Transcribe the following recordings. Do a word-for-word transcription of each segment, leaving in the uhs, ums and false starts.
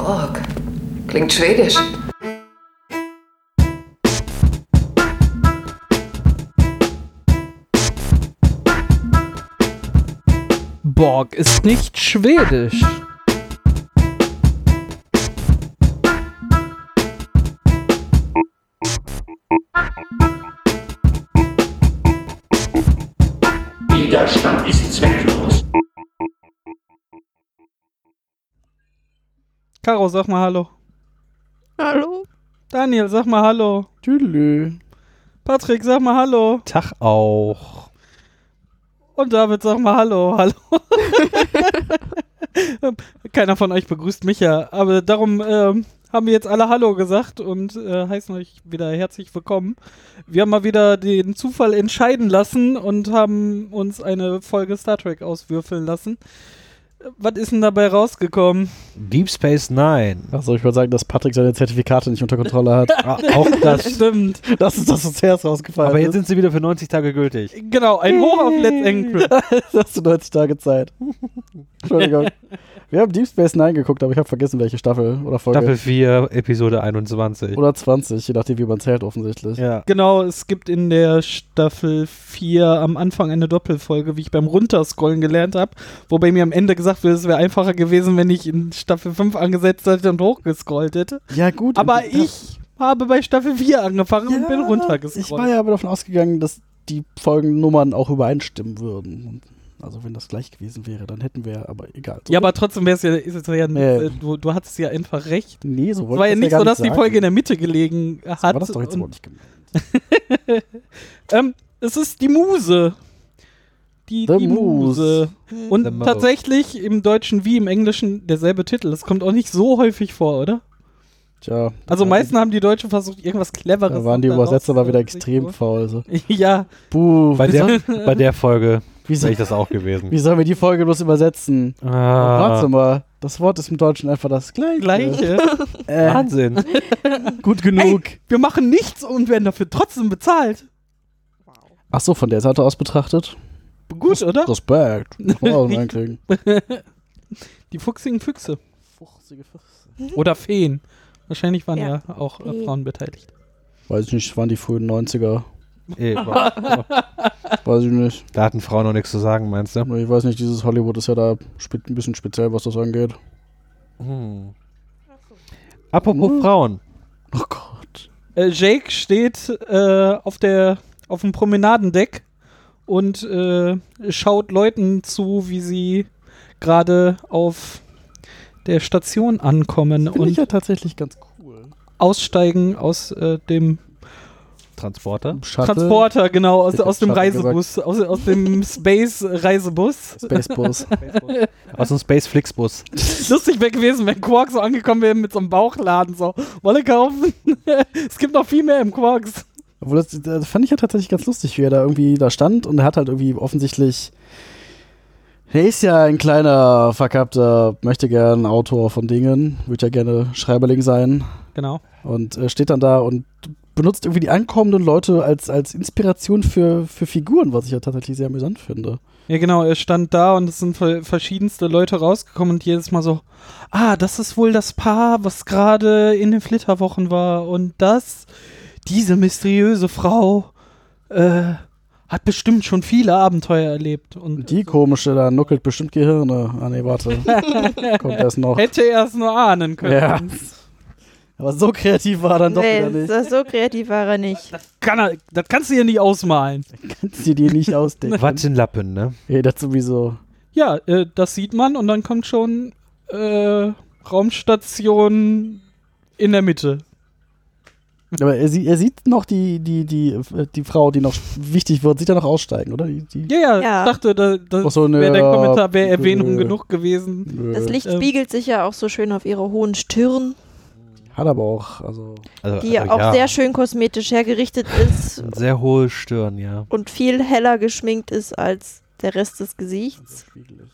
Borg. Klingt schwedisch. Borg ist nicht schwedisch. Widerstand ist zwecklos. Caro, sag mal Hallo. Hallo. Daniel, sag mal Hallo. Tüdelü. Patrick, sag mal Hallo. Tag auch. Und David, sag mal Hallo. Hallo. Keiner von euch begrüßt mich ja, aber darum ähm, haben wir jetzt alle Hallo gesagt und äh, heißen euch wieder herzlich willkommen. Wir haben mal wieder den Zufall entscheiden lassen und haben uns eine Folge Star Trek auswürfeln lassen. Was ist denn dabei rausgekommen? Deep Space Nine. Achso, ich würde sagen, dass Patrick seine Zertifikate nicht unter Kontrolle hat. Ah, auch das. Stimmt. Das ist das, was zuerst rausgefallen Aber jetzt ist. sind sie wieder für neunzig Tage gültig. Genau, ein Hoch auf Let's Encrypt. Jetzt hast du neunzig Tage Zeit. Entschuldigung. Wir haben Deep Space Nine geguckt, aber ich habe vergessen, welche Staffel oder Folge. Staffel vier, Episode einundzwanzig. Oder zwanzig, je nachdem, wie man zählt offensichtlich. Ja. Genau, es gibt in der Staffel vier am Anfang eine Doppelfolge, wie ich beim Runterscrollen gelernt habe, wobei mir am Ende gesagt wird, es wäre einfacher gewesen, wenn ich in Staffel fünf angesetzt hätte und hochgescrollt hätte. Ja gut. Aber und- ich habe bei Staffel vier angefangen und bin runtergescrollt. Ich war ja aber davon ausgegangen, dass die Folgennummern auch übereinstimmen würden. Also wenn das gleich gewesen wäre, dann hätten wir, aber egal. So Ja, aber trotzdem wäre es ja, ist es ja Nee. äh, du, du hattest ja einfach recht. nee, so Es wollte war ja ich nicht gar so, dass die sagen. Folge in der Mitte gelegen hat. So war das doch jetzt und, wohl nicht gemeint. ähm, es ist die Muse. Die, The die Muse. Muse. Und The Mo. tatsächlich im Deutschen wie im Englischen derselbe Titel. Das kommt auch nicht so häufig vor, oder? Tja. Also da meistens haben die Deutschen versucht, irgendwas Cleveres. Da waren die noch Übersetzer daraus aber wieder zu- extrem faul. So. Ja, Buh, Bei wie, der, soll, bei der Folge wie, wäre soll, ich das auch gewesen. wie sollen wir die Folge bloß übersetzen? Ah, Warte mal, das Wort ist im Deutschen einfach das gleiche. gleiche. Äh, Wahnsinn. gut genug. Wir machen nichts und werden dafür trotzdem bezahlt. Ach so, von der Seite aus betrachtet. Gut, oder? Respekt. Muss man auch reinkriegen. Die fuchsigen Füchse. Fuchsige Füchse. Oder Feen. Wahrscheinlich waren ja, Ja. auch äh, Frauen beteiligt. Weiß ich nicht, waren die frühen neunziger. Eh, war- Weiß ich nicht. Da hatten Frauen noch nichts zu sagen, meinst du? Ich weiß nicht, dieses Hollywood ist ja da spe- ein bisschen speziell, was das angeht. Hm. Apropos Hm. Frauen. Oh Gott. Äh, Jake steht äh, auf der auf dem Promenadendeck und äh, schaut Leuten zu, wie sie gerade auf der Station ankommen Finde ich und ja tatsächlich ganz cool. aussteigen aus äh, dem Transporter. Shuttle, Transporter, genau, aus, Ich hätte aus dem Shuttle Reisebus, aus, aus dem Space-Reisebus. Spacebus. Aus dem Space Flixbus. Lustig wäre gewesen, wenn Quark so angekommen wäre mit so einem Bauchladen, so, Wolle kaufen? Es gibt noch viel mehr im Quarks. Obwohl, das, das fand ich ja tatsächlich ganz lustig, wie er da irgendwie da stand und er hat halt irgendwie offensichtlich. Er ist ja ein kleiner, verkappter, möchte gern Autor von Dingen, würde ja gerne Schreiberling sein Genau. und äh, steht dann da und benutzt irgendwie die ankommenden Leute als, als Inspiration für, für Figuren, was ich ja tatsächlich sehr amüsant finde. Ja, genau, er stand da und es sind ver- verschiedenste Leute rausgekommen und jedes Mal so, ah, das ist wohl das Paar, was gerade in den Flitterwochen war und das, diese mysteriöse Frau, äh, hat bestimmt schon viele Abenteuer erlebt. Und Und die komische, da nuckelt bestimmt Gehirne. Ah nee, warte. Kommt erst noch. hätte er es nur ahnen können. Ja. Aber so kreativ war er dann doch wieder Nee, nicht. so, so kreativ war er nicht. Kann er, das kannst du ja nicht ausmalen. Kannst du dir nicht ausdenken. Wattenlappen, ne? Ja, das sowieso. Ja, äh, das sieht man und dann kommt schon äh, Raumstation in der Mitte. Aber er, sie- er sieht noch die, die, die, die Frau, die noch wichtig wird, sieht er noch aussteigen, oder? Die, die, Ja, ja, Ja. ich dachte, da, das Ach so, ne, wäre der ja, Kommentar, wäre Erwähnung nö. genug gewesen. Nö. Das Licht Ähm. spiegelt sich ja auch so schön auf ihrer hohen Stirn, Hat aber auch, also. Also, die also, auch ja. sehr schön kosmetisch hergerichtet ist Eine sehr hohe Stirn, ja. und viel heller geschminkt ist als der Rest des Gesichts.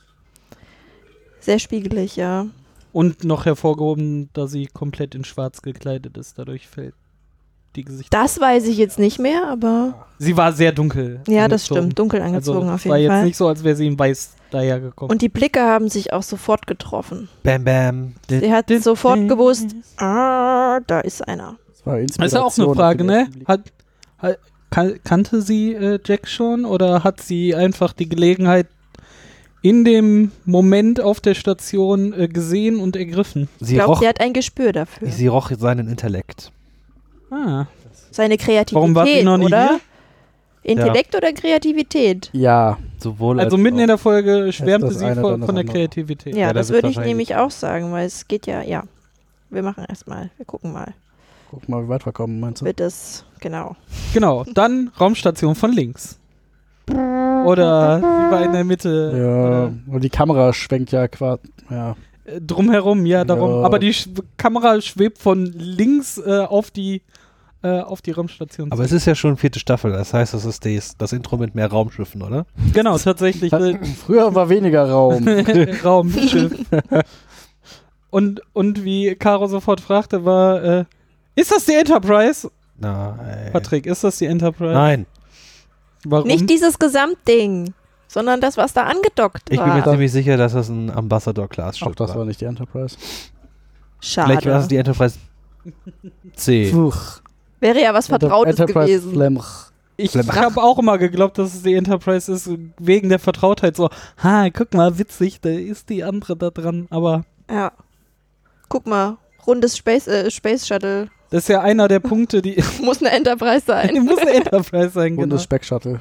Sehr spiegelig, ja. Und noch hervorgehoben, da sie komplett in schwarz gekleidet ist, dadurch fällt die Gesichter. Das weiß ich jetzt nicht mehr, aber Sie war sehr dunkel. ja, das angezogen. stimmt. Dunkel angezogen Also auf es war jeden jetzt Fall. nicht so, als wäre sie in weiß dahergekommen. Und die Blicke haben sich auch sofort getroffen. Bam, bam. Sie hat sofort gewusst, ah, da ist einer. Das war Das ist ja auch eine Frage, ne? Hat, hat, kan kannte sie äh, Jack schon oder hat sie einfach die Gelegenheit in dem Moment auf der Station äh, gesehen und ergriffen? Ich Sie glaube, roch, sie hat ein Gespür dafür. sie roch seinen Intellekt. Ah, Seine Kreativität, warum war sie noch nie oder? hier? Intellekt oder Kreativität? Ja, Sowohl Also als mitten auch. in der Folge schwärmte das sie eine, von, dann das von der andere. Kreativität. Ja, Ja, das das wird würde ich wahrscheinlich- nämlich auch sagen, weil es geht ja, ja. Wir machen erstmal, wir gucken mal. guck mal, wie weit wir kommen, meinst du? Wird das, genau. Genau, dann Raumstation von links. Oder sie war in der Mitte. Ja, und die Kamera schwenkt ja quasi, ja. Oder, äh, drumherum, ja, darum. Ja. Aber die Sch Kamera schwebt von links äh, auf die äh, auf die Raumstation. Aber es ist ja schon vierte Staffel, das heißt, das ist das, das Intro mit mehr Raumschiffen, oder? Genau, tatsächlich. Äh, Früher war weniger Raum. Raumschiff. und, und wie Caro sofort fragte, war, äh, ist das die Enterprise? Nein. Patrick, ist das die Enterprise? Nein, Warum? Nicht dieses Gesamtding, sondern das, was da angedockt ich bin mir war. ziemlich sicher, dass das ein Ambassador-Class-Schiff Auch das war. war nicht die Enterprise. Vielleicht war es Schade. die Enterprise C. Fluch. Wäre ja was Vertrautes Enterprise gewesen. Flemch. Ich habe auch immer geglaubt, dass es die Enterprise ist, wegen der Vertrautheit. So, ha, guck mal, witzig, da ist die andere da dran. Aber Ja. Guck mal, rundes Space, äh, Space Shuttle. das ist ja einer der Punkte, die Muss eine Enterprise sein. muss eine Enterprise sein, Und genau. das Speckshuttle.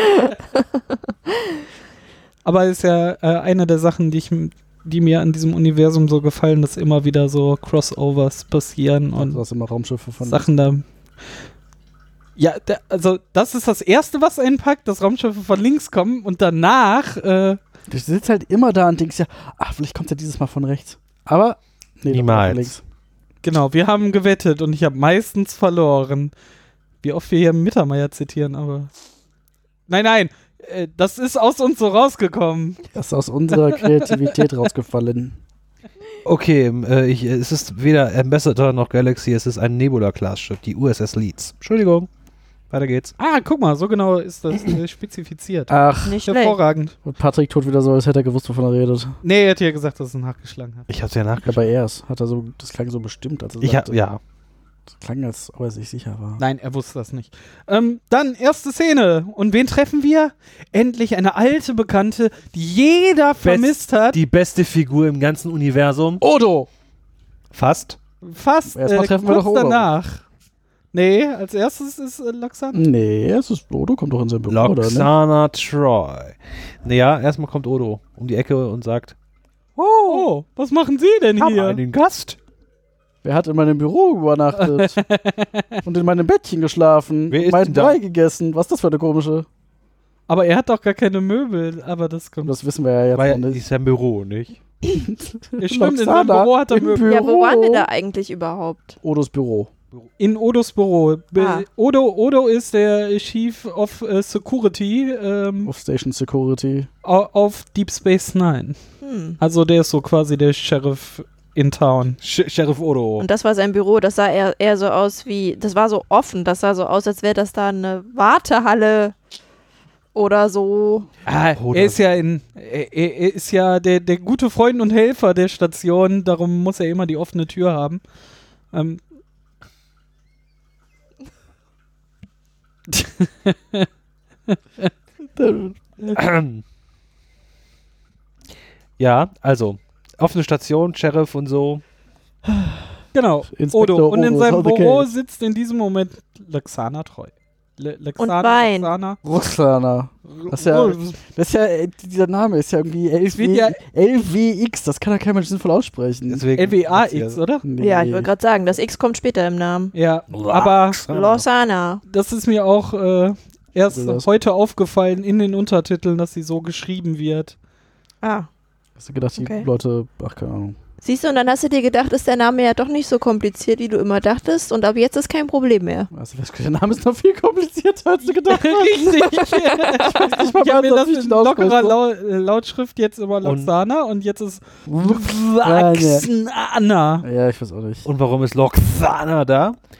Aber ist ja äh, eine der Sachen, die, ich, die mir an diesem Universum so gefallen, dass immer wieder so Crossovers passieren und Und das immer Raumschiffe von. Sachen da. Ja, da, also das ist das Erste, was einen packt, dass Raumschiffe von links kommen und danach äh, Du sitzt halt immer da und denkst ja, ach, vielleicht kommt ja dieses Mal von rechts. Aber, nee, das Niemals. war von links. genau, wir haben gewettet und ich habe meistens verloren. Wie oft wir hier Mittermeier zitieren, aber nein, nein, äh, das ist aus uns so rausgekommen. Das ist aus unserer Kreativität rausgefallen. Okay, äh, ich, es ist weder Ambassador noch Galaxy, es ist ein Nebula-Class-Schiff, die U S S Leeds. Entschuldigung, weiter geht's. Ah, guck mal, so genau ist das äh, spezifiziert. Ach, Nicht schlecht. Hervorragend. und Patrick tut wieder so, als hätte er gewusst, wovon er redet. Nee, er hat ja gesagt, dass er nachgeschlagen hat. Ich hab's ja Ja, nachgeschaut. bei erst hat er so, das klang so bestimmt, als er Ich hab, sagte. ja. Das klang, als ob er sich sicher war. Nein, er wusste das nicht. Ähm, dann, erste Szene. Und wen treffen wir? Endlich eine alte Bekannte, die jeder vermisst hat. Die beste Figur im ganzen Universum. Odo! Fast. Fast Erstmal äh, treffen wir kurz doch Odo. danach. Nee, als erstes ist äh, Loxana. Nee, es ist Odo, kommt doch in sein Büro, oder ne? Loxana Troy. Naja, erstmal kommt Odo um die Ecke und sagt, Oh, was machen Sie denn haben hier? einen Gast. Wer hat in meinem Büro übernachtet? Und in meinem Bettchen geschlafen? Wer und ist meinen denn da? Brei gegessen? Was ist das für eine komische? Aber er hat doch gar keine Möbel, aber das kommt. Das wissen wir ja jetzt Weil noch ist nicht. ja im Büro, nicht? Ja, stimmt, in seinem Loxana Büro hat er im Möbel. Ja, wo waren wir Büro. da eigentlich überhaupt? Odos Büro. In Odos Büro. Be Ah. Odo, Odo ist der Chief of äh, Security ähm, Auf Station Security. au- auf Deep Space Nine. Hm. Also der ist so quasi der Sheriff in Town. Sh Sheriff Odo. Und das war sein Büro, das sah eher, eher so aus wie, das war so offen, das sah so aus, als wäre das da eine Wartehalle oder so. Ah, Oder- er ist ja in, er, er ist ja der, der gute Freund und Helfer der Station, darum muss er immer die offene Tür haben. Ähm. Ja, also, offene Station, Sheriff und so. Genau, Inspektor Odo. Und in Odo, seinem sollte Büro Case. sitzt in diesem Moment Loxana Treu. Le Und Loxana, Wein. Loxana. Roxana. Das ist ja, das ist ja, äh, dieser Name ist ja irgendwie Es wird ja- L W X, das kann ja kein Mensch sinnvoll aussprechen. Deswegen L W A X, oder? Nee. Ja, ich wollte gerade sagen, das X kommt später im Namen. Ja, aber Losana. das ist mir auch äh, erst Will das? heute aufgefallen in den Untertiteln, dass sie so geschrieben wird. Ah. Hast du gedacht, die Okay. Leute, ach keine Ahnung. Siehst du, und dann hast du dir gedacht, ist der Name ja doch nicht so kompliziert, wie du immer dachtest. Und ab jetzt ist kein Problem mehr. Also, der Name ist noch viel komplizierter, als du gedacht hast. Richtig. Ich Ich habe mir das in lockerer Laut Lau äh, Lautschrift jetzt immer Und- Loxana und jetzt ist Ja, Loxana. ja, ich weiß auch nicht. Und warum ist Loxana da?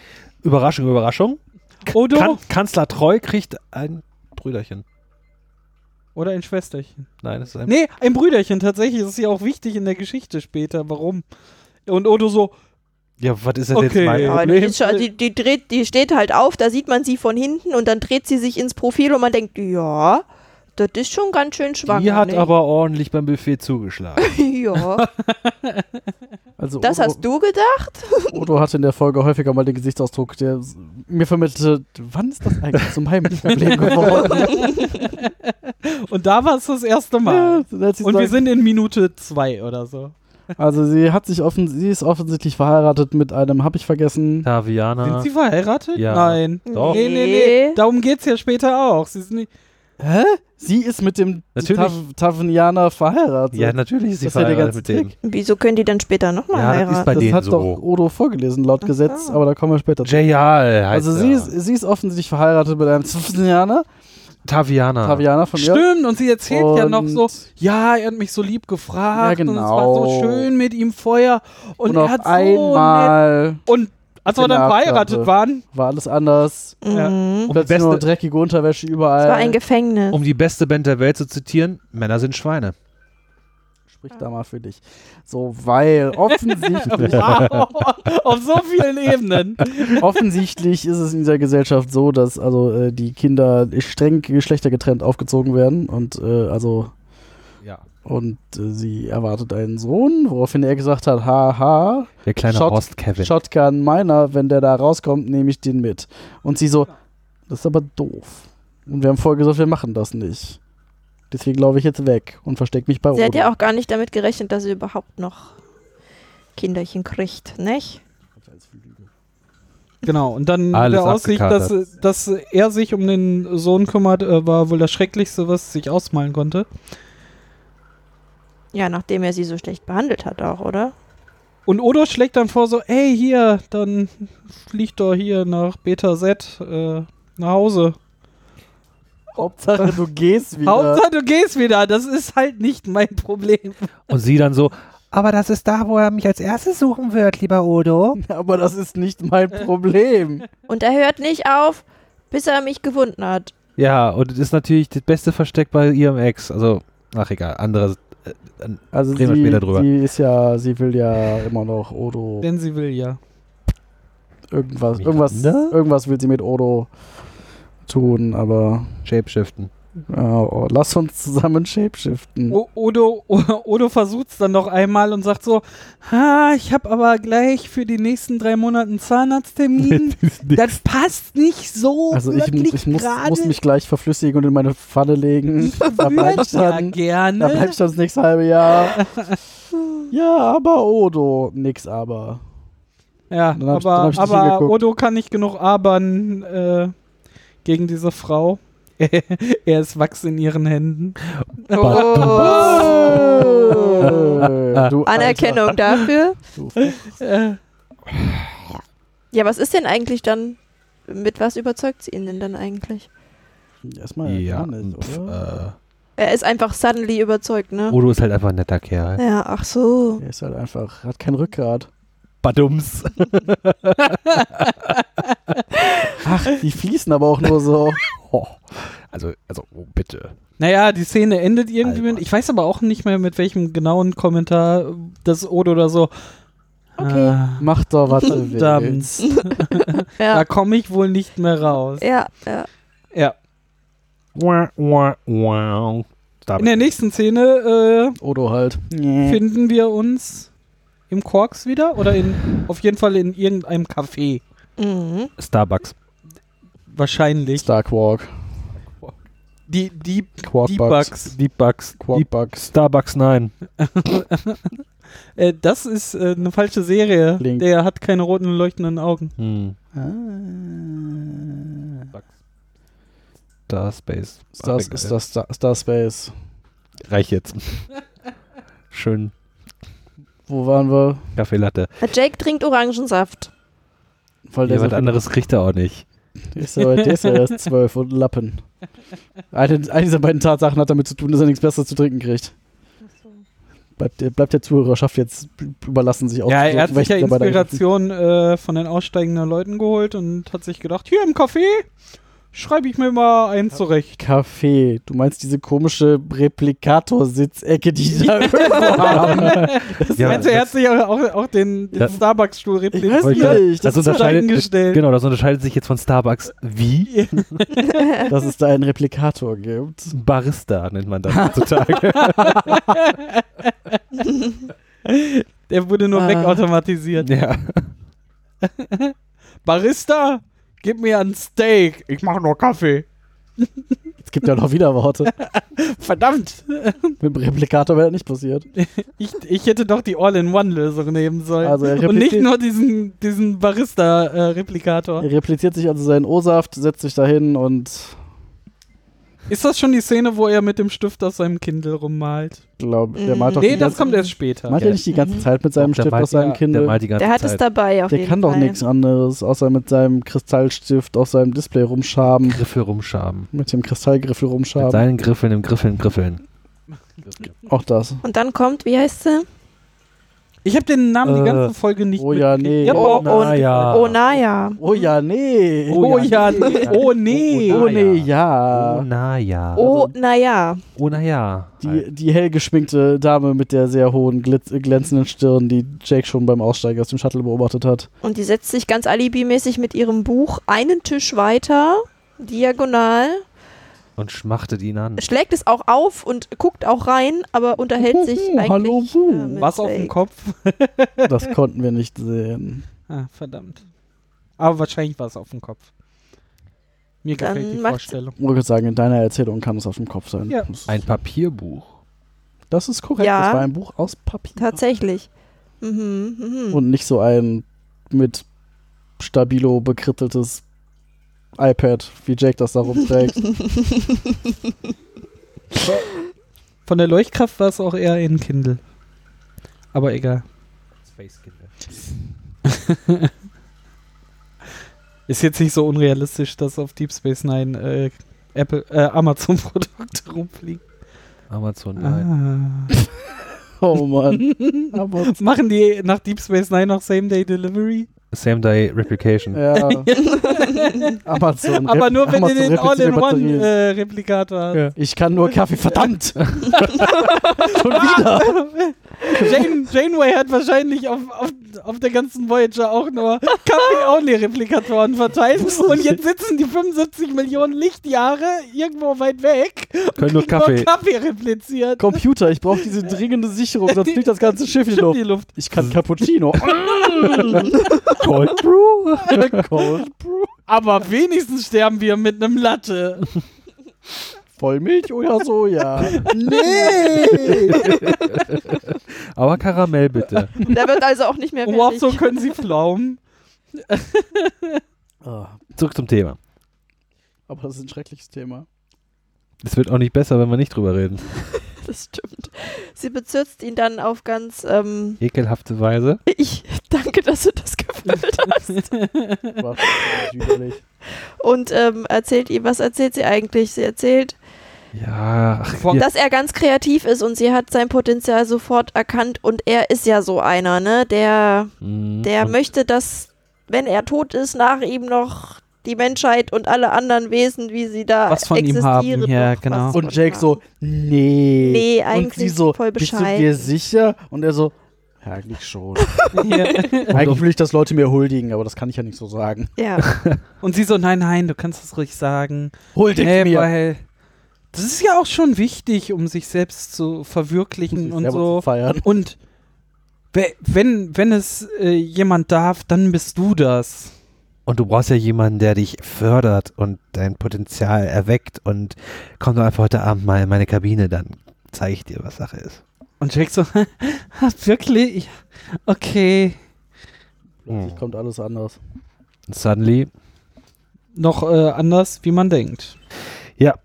Überraschung, Überraschung. K Odo? kan Kanzler Treu kriegt ein Brüderchen. Oder ein Schwesterchen. Nein, das ist ein... Nee, ein Brüderchen tatsächlich. Das ist ja auch wichtig in der Geschichte später. Warum? Und Odo so, Ja, was ist das Okay. jetzt mein Ja, die, Problem? ist schon, die, die, dreht, die steht halt auf, da sieht man sie von hinten und dann dreht sie sich ins Profil und man denkt, ja, das ist schon ganz schön schwanger. Die hat ne? aber ordentlich beim Buffet zugeschlagen. ja, Also das Odo, hast du gedacht? Odo hatte in der Folge häufiger mal den Gesichtsausdruck, der s- mir vermittelte, wann ist das eigentlich zu meinem Problem geworden? und da war es das erste Mal. Ja, als sie Und wir sagt- sind in Minute zwei oder so. Also sie hat sich offen, sie ist offensichtlich verheiratet mit einem, hab ich vergessen. Taviana. Sind sie verheiratet? Ja. Nein. Doch. Nee, nee, nee. Darum geht's ja später auch. Sie sind nicht Hä? Sie ist mit dem Natürlich. Tav Tavernianer verheiratet. Ja, natürlich ist sie Das ist ja der verheiratet ganze mit dem. Wieso können die dann später nochmal Ja, das ist heiraten? bei Das denen hat so. doch Odo vorgelesen, laut Gesetz, so. aber da kommen wir später zu. Jayal heißt Also sie er. ist, sie ist offensichtlich verheiratet mit einem Tavernianer, Taviana. Tavianer von ihr. Stimmt, und sie erzählt ja noch Und- so, ja, er hat mich so lieb gefragt Ja, und es war so genau. schön mit ihm vorher und, Und er auf hat so einmal nett und als wir den dann Nachgabe. verheiratet waren, war alles anders. Ja. Mhm. Um die, Plötzlich nur beste, dreckige Unterwäsche überall. Das war ein Gefängnis. um die beste Band der Welt zu zitieren, Männer sind Schweine. Sprich da mal für dich. So, weil offensichtlich, wow, auf so vielen Ebenen. offensichtlich ist es in dieser Gesellschaft so, dass also äh, die Kinder streng geschlechtergetrennt aufgezogen werden und äh, also Ja. und äh, sie erwartet einen Sohn, woraufhin er gesagt hat, haha, Der kleine Shot- Horst Kevin. Shotgun meiner, wenn der da rauskommt, nehme ich den mit. Und sie so, das ist aber doof. Und wir haben vorher gesagt, wir machen das nicht. Deswegen laufe ich jetzt weg und verstecke mich bei Sie hat Odo. ja auch gar nicht damit gerechnet, dass sie überhaupt noch Kinderchen kriegt, nicht? Genau, und dann Alles der Aussicht, dass, abgekatert. dass er sich um den Sohn kümmert, äh, war wohl das Schrecklichste, was sich ausmalen konnte. Ja, nachdem er sie so schlecht behandelt hat auch, oder? Und Odo schlägt dann vor so, ey, hier, dann flieg doch hier nach Beta Z äh, nach Hause. Hauptsache, du gehst wieder. Hauptsache, du gehst wieder, das ist halt nicht mein Problem. Und sie dann so, aber das ist da, wo er mich als erstes suchen wird, lieber Odo. Aber das ist nicht mein Problem. Und er hört nicht auf, bis er mich gefunden hat. Ja, und es ist natürlich das beste Versteck bei ihrem Ex. Also, ach egal, anderes. Äh, Also Reden wir sie, später drüber. sie ist ja, sie will ja immer noch Odo. Denn sie will ja. Irgendwas, Miranda? irgendwas, irgendwas will sie mit Odo tun, aber Shapeshiften. ja, oh, lass uns zusammen shapeshiften. O Odo, o Odo versucht es dann noch einmal und sagt so, ha, ich habe aber gleich für die nächsten drei Monate einen Zahnarzttermin. Das passt nicht so Also ich, wirklich ich muss, gerade. muss mich gleich verflüssigen und in meine Pfanne legen. Ich Da bleib würde ich ja dann, da gerne. bleib ich dann das nächste halbe Jahr. Ja, aber Odo. Nix aber. Ja, Dann hab ich- dann aber, hab ich nicht aber hingeguckt. Odo kann nicht genug abern äh, gegen diese Frau. Er ist Wachs in ihren Händen. Äh, du Anerkennung dafür. Alter, du. Äh, Ja, was ist denn eigentlich dann, mit was überzeugt sie ihn denn dann eigentlich? Erstmal Ja, gar nicht, pf, oder? äh, Er ist einfach suddenly überzeugt, ne? Odo ist halt einfach ein netter Kerl. Ja, ach so. Er ist halt einfach, hat kein Rückgrat. Badums. Ach, die fließen aber auch nur so. Oh. Also, also, oh, bitte. naja, die Szene endet irgendwie mit, Albert. ich weiß aber auch nicht mehr, mit welchem genauen Kommentar das Odo oder so. Okay. Ah, Mach doch, was du verdammt. willst. Da Ja, komme ich wohl nicht mehr raus. ja, ja. Ja. Wah, wah, wah. In der nächsten Szene äh, Odo halt. finden wir uns im Quarks wieder oder in auf jeden Fall in irgendeinem Café. Mhm. Starbucks. Wahrscheinlich. Starquark. Die, die, die Quarkbugs. Bugs. Deep Bucks. Deep Quarkbugs. Starbucks nein. Äh, das ist äh, eine falsche Serie. Link. Der hat keine roten leuchtenden Augen. Hm. Ah. Star Space. Star, Ach, egal. ist das Star, Star Space. Reich jetzt. Schön Wo waren wir? Kaffee Latte. Jake trinkt Orangensaft. Weil Ja, der, was so, anderes kriegt er auch nicht. der, ist ja, der ist ja erst zwölf und ein Lappen. Eine, eine dieser beiden Tatsachen hat damit zu tun, dass er nichts Besseres zu trinken kriegt. Bleibt, der- bleibt der Zuhörerschaft jetzt überlassen, sich Ja, er hat sich ja welche dabei da- Inspiration äh, von den aussteigenden Leuten geholt und hat sich gedacht, hier im Café schreibe ich mir mal einen zurecht. Kaffee. Du meinst diese komische Replikator-Sitzecke, die die da irgendwo haben? Ja, Meinst du, er hat das- sich auch, auch, auch den, den Ja. Starbucks-Stuhl Ich weiß repliziert? nicht. Das Das, ist, unterscheidet, eingestellt. genau, das unterscheidet sich jetzt von Starbucks wie dass es da einen Replikator gibt. Barista, nennt man das heutzutage. Der wurde nur Ah. wegautomatisiert. Ja. Barista, gib mir ein Steak. Ich mache nur Kaffee. Es gibt ja noch Widerworte. Verdammt. Mit dem Replikator wäre das nicht passiert. Ich, ich hätte doch die All-in-One-Lösung nehmen sollen. Also er Und nicht repliziert- nur diesen, diesen Barista-Replikator. Er repliziert sich also seinen O-Saft, setzt sich dahin und Ist das schon die Szene, wo er mit dem Stift aus seinem Kindle rummalt? glaube, der Mhm. malt doch Nee, die das ganze, kommt erst später. malt er nicht die ganze Zeit mit seinem Der Stift malt aus seinem ja- Kindle. Der malt die ganze Der hat es Zeit. dabei auf Der jeden kann doch Fall. nichts anderes, außer mit seinem Kristallstift auf seinem Display rumschaben. Griffel rumschaben. Mit dem Kristallgriffel Mit rumschaben. seinen Griffeln im Griffeln, Griffeln. Auch das. Und dann kommt, wie heißt sie? Ich habe den Namen die Äh, ganze Folge nicht oh ja, mitgekriegt. nee. Ja, Oh, oh, na ja. Oh, naja. Oh ja, nee. oh ja, nee. Oh nee. Oh nee, Oh, ja. na ja. Oh, naja. Oh, na ja. Die, die hell geschminkte Dame mit der sehr hohen, glitz, glänzenden Stirn, die Jake schon beim Aussteigen aus dem Shuttle beobachtet hat. Und die setzt sich ganz alibimäßig mit ihrem Buch einen Tisch weiter, diagonal, Und schmachtet ihn an. schlägt es auch auf und guckt auch rein, aber unterhält sich Huhu, eigentlich hallo, äh, Buh. mit Was auf dem Jake. Kopf? Das konnten wir nicht sehen. Ah, verdammt. Aber wahrscheinlich war es auf dem Kopf. Mir Dann gefällt die macht- Vorstellung. Ich würde sagen, in deiner Erzählung kann es auf dem Kopf sein. Ja. Das, Ein Papierbuch. das ist korrekt. Ja. Das war ein Buch aus Papier. Tatsächlich. Mhm, mhm. Und nicht so ein mit Stabilo bekritteltes iPad, wie Jake das da rumträgt. Von der Leuchtkraft war es auch eher ein Kindle. Aber egal. Space Kinder. Ist jetzt nicht so unrealistisch, dass auf Deep Space Nine äh, Apple, äh, Amazon-Produkte rumfliegen. Amazon, nein. Ah. Oh Mann. Aber Machen die nach Deep Space Nine noch Same-Day-Delivery? Same-Day Replication. ja. Amazon. Aber nur wenn ihr Amazon den replizierte Batterien. All-in-One-Replikator hast. Ja. Ich kann nur Kaffee, verdammt! Schon wieder! Jane, Janeway hat wahrscheinlich auf, auf, auf der ganzen Voyager auch nur Kaffee-Only-Replikatoren verteilt. Und jetzt sitzen die fünfundsiebzig Millionen Lichtjahre irgendwo weit weg. Können nur und Kaffee. Nur Kaffee repliziert. Computer, ich brauche diese dringende Sicherung, sonst fliegt das ganze Schiff in die Stimmt, Luft. die Luft. Ich kann Cappuccino. Cold Brew. Cold Brew. Aber wenigstens sterben wir mit einem Latte. Vollmilch oder Soja? Nee! Aber Karamell bitte. Der wird also auch nicht mehr Wow, fertig. so können sie flaumen. Ah, Zurück zum Thema. aber das ist ein schreckliches Thema. Es wird auch nicht besser, wenn wir nicht drüber reden. Das stimmt. Sie bezirzt ihn dann auf ganz, ähm, Ekelhafte Weise. ich danke, dass du das gefüllt hast. War widerlich. Und ähm, erzählt ihm, was erzählt sie eigentlich? Sie erzählt, Ja, ach, Von- hier- dass er ganz kreativ ist und sie hat sein Potenzial sofort erkannt und er ist ja so einer, ne? Der, Mhm. der Und möchte, dass, wenn er tot ist, nach ihm noch die Menschheit und alle anderen Wesen, wie sie da Was von ihm existieren. haben, ja, noch genau. was von Und Jake ihm so, haben. nee. Nee, Und eigentlich sie so, voll bist du bescheiden. dir sicher? Und er so, ja, eigentlich schon. Ja. Eigentlich will ich, dass Leute mir huldigen, aber das kann ich ja nicht so sagen. Ja. Und sie so, nein, nein, du kannst es ruhig sagen. Huldigt Nee, mir! weil das ist ja auch schon wichtig, um sich selbst zu verwirklichen Sich und selber so. zu feiern. Und we- wenn, wenn es äh, jemand darf, dann bist du das. Und du brauchst ja jemanden, der dich fördert und dein Potenzial erweckt und komm doch einfach heute Abend mal in meine Kabine, dann zeige ich dir, was Sache ist. Und Jake so, "Ah, wirklich? Okay. Plötzlich kommt alles anders. Und suddenly, Noch äh, anders, wie man denkt. ja,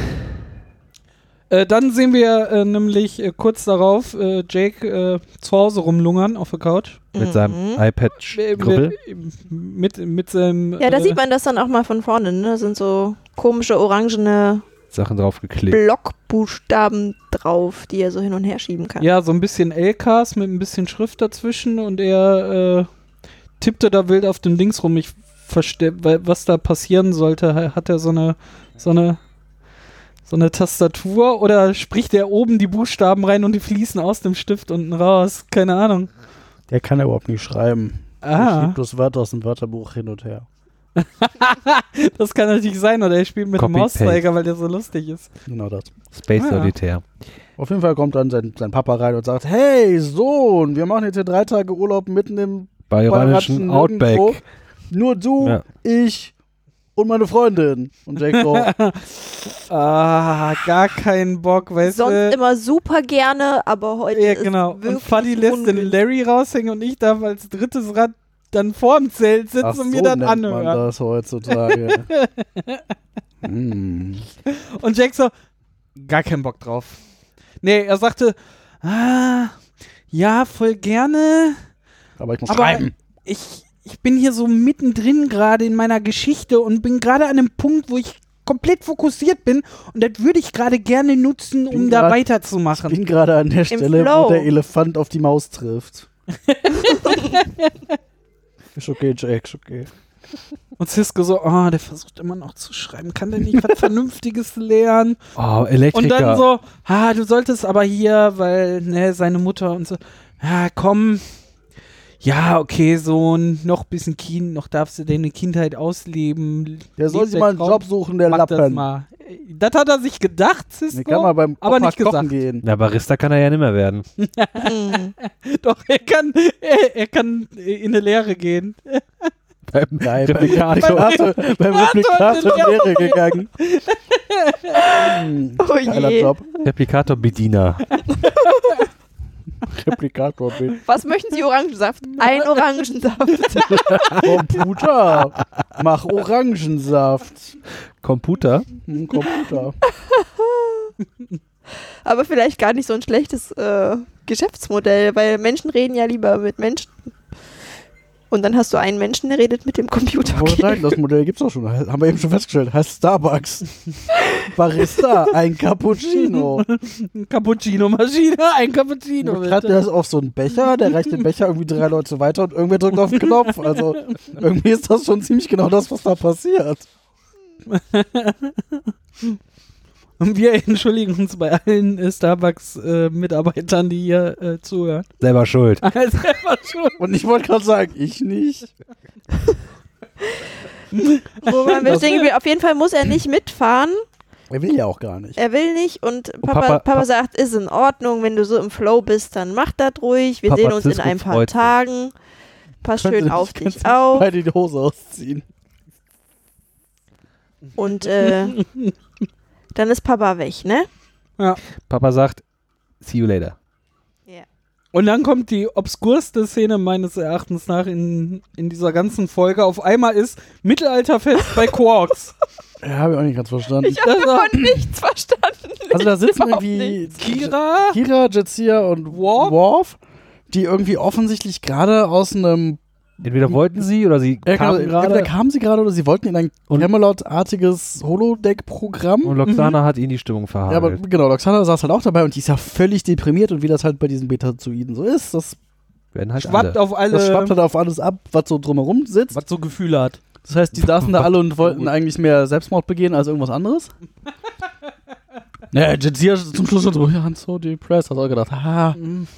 Äh, dann sehen wir äh, nämlich äh, kurz darauf äh, Jake äh, zu Hause rumlungern auf der Couch. mit seinem Mhm. iPad-Griffel. Äh, mit, mit seinem. Ja, da äh, sieht man das dann auch mal von vorne, ne? Das sind so komische orangene Sachen draufgeklebt. Blockbuchstaben drauf, die er so hin und her schieben kann. Ja, so ein bisschen L Ks mit ein bisschen Schrift dazwischen und er äh, tippte da wild auf dem Dings rum. Ich verstehe, was da passieren sollte. Hat er so eine, so eine, so eine Tastatur oder spricht er oben die Buchstaben rein und die fließen aus dem Stift unten raus? Keine Ahnung. Der kann ja überhaupt nicht schreiben. Ah. Er schiebt bloß Wörter aus dem Wörterbuch hin und her. Das kann natürlich sein, oder er spielt mit dem Copy-Paste. Mauszeiger, weil der so lustig ist. Genau das. Space Ah. Solitär. Auf jeden Fall kommt dann sein, sein Papa rein und sagt, hey Sohn, wir machen jetzt hier drei Tage Urlaub mitten im Bayeranischen Outback. Nirgendwo. Nur du, Ja. ich und meine Freundin. Und Jack so, Ah, gar keinen Bock, weißt Sonst du? immer super gerne, aber heute Ja, ist genau. Und wirklich Fuddy lässt den ungünstig. Larry raushängen und ich darf als drittes Rad dann vorm Zelt sitzen ach und mir so dann nennt man anhören. das heutzutage. hm. Und Jack so, gar keinen Bock drauf. Nee, er sagte, ah, ja, voll gerne, Aber ich muss aber schreiben. ich, ich bin hier so mittendrin gerade in meiner Geschichte und bin gerade an einem Punkt, wo ich komplett fokussiert bin und das würde ich gerade gerne nutzen, um bin da grad- weiterzumachen. Ich bin gerade an der Stelle, Flow. wo der Elefant auf die Maus trifft. Ist okay, Jack, ist okay. Und Cisco so, oh, der versucht immer noch zu schreiben, kann der nicht was Vernünftiges lernen? Oh, Elektriker. Und dann so, ah, du solltest aber hier, weil, ne, seine Mutter und so, ja, komm, ja, okay, Sohn, noch ein bisschen Kind, noch darfst du deine Kindheit ausleben. Der soll Lebt sich mal einen Traum, Job suchen, der mach das Lappen. mal. Das hat er sich gedacht, Der Cisco, kann mal beim aber Opa nicht kochen gesagt. gehen. Na, Barista kann er ja nicht mehr werden. Mhm. Doch, er kann, er, er kann in eine Lehre gehen. Beim Nein, beim Replikator. Replikator, beim Replikator in Lehre gegangen. Hm, Oh Geiler je. Job. Replikator-Bediener. Replikator, bitte. Was möchten Sie? Orangensaft? Ein Orangensaft. Computer. Mach Orangensaft. Computer. Hm, Computer. Aber vielleicht gar nicht so ein schlechtes äh, Geschäftsmodell, weil Menschen reden ja lieber mit Menschen. Und dann hast du einen Menschen, der redet mit dem Computer. Ich wollte sagen, das Modell gibt's doch schon. Haben wir eben schon festgestellt. Heißt Starbucks. Barista, ein Cappuccino. Cappuccino-Maschine, ein Cappuccino. Und hat der ist auf so einen Becher, der reicht den Becher irgendwie drei Leute weiter und irgendwer drückt auf den Knopf. Also irgendwie ist das schon ziemlich genau das, was da passiert. Und wir entschuldigen uns bei allen äh, Starbucks-Mitarbeitern, die hier äh, zuhören. Selber schuld. Also einfach schon. Und ich wollte gerade sagen, ich nicht. Wo waren wir stehen geblieben? Auf jeden Fall muss er nicht mitfahren. Er will ja auch gar nicht. Er will nicht und Papa, Papa- Papa, Papa- sagt, ist in Ordnung, wenn du so im Flow bist, dann mach das ruhig. Wir Papa sehen uns in Cisco ein paar freut sich. Tagen. Pass Können schön Sie- auf können dich Sie auf. beide die Hose ausziehen. Und äh, dann ist Papa weg, ne? Papa sagt, see you later. Und dann kommt die obskurste Szene meines Erachtens nach in, in dieser ganzen Folge. Auf einmal ist Mittelalterfest bei Quarks. Ja, habe ich auch nicht ganz verstanden. Ich habe Das war- davon nichts verstanden. Also da sitzen Überhaupt irgendwie nichts. Kira? Kira, Jadzia und Worf? Worf, die irgendwie offensichtlich gerade aus einem Entweder wollten sie oder sie Ja, kamen genau, entweder gerade kamen sie gerade oder sie wollten in ein Und- Camelot-artiges Holodeck-Programm. und Loxana hat ihnen die Stimmung Ja, aber verhagelt. genau, Loxana saß halt auch dabei und die ist ja völlig deprimiert und wie das halt bei diesen Betazoiden so ist, das, Werden halt Schwappt alle. auf alle, das schwappt halt auf alles ab, was so drumherum sitzt. was so Gefühle hat. Das heißt, die saßen da alle und wollten eigentlich mehr Selbstmord begehen als irgendwas anderes. Naja, Jadzia zum Schluss schon so, ja, I'm so depressed, hat auch gedacht, haha,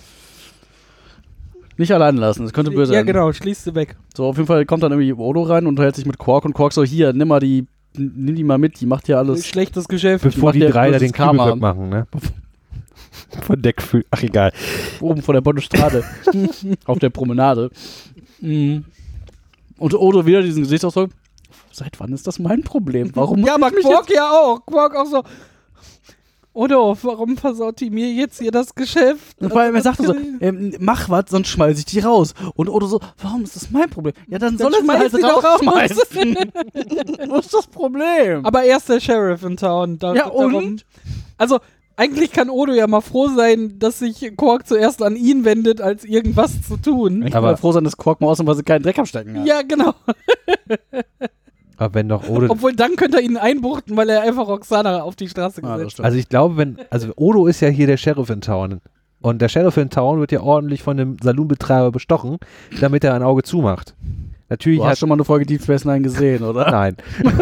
nicht allein lassen, das könnte böse Ja, enden. genau, schließt sie weg. So, auf jeden Fall kommt dann irgendwie Odo rein und unterhält sich mit Quark und Quark so, hier, nimm mal die, nimm die mal mit, die macht hier alles. Schlechtes Geschäft. Bevor macht die ja drei da böses den Karma. Kübelberg machen, ne? Von Deckfühl. Ach, egal. Oben vor der Balustrade. Auf der Promenade. Mhm. Und Odo wieder diesen Gesichtsausdruck. Seit wann ist das mein Problem? Warum Ja, muss aber ich mich Quark ja auch. Quark auch so. Odo, warum versaut die mir jetzt hier das Geschäft? Und vor allem, er sagte so, ähm, mach was, sonst schmeiß ich die raus. Und Odo so, warum ist das mein Problem? Ja, dann, Dann soll er sie schmeiß halt sie doch rausschmeißen. Wo ist das Problem? Aber er ist der Sheriff in Town. Da, Ja, darum- und? Also, eigentlich kann Odo ja mal froh sein, dass sich Quark zuerst an ihn wendet, als irgendwas zu tun. Ich kann Aber- mal froh sein, dass Quark mal ausnahmsweise keinen Dreck am Stecken hat. Ja, genau. Aber wenn doch Odo... Obwohl, dann könnte er ihn einbuchten, weil er einfach Roxana auf die Straße Ah, das gesetzt stimmt. Also ich glaube, wenn... Also Odo ist ja hier der Sheriff in Town. Und der Sheriff in Town wird ja ordentlich von dem Saloonbetreiber bestochen, damit er ein Auge zumacht. Natürlich Du hat... hast schon mal eine Folge Deep Space Nine gesehen, oder? Nein.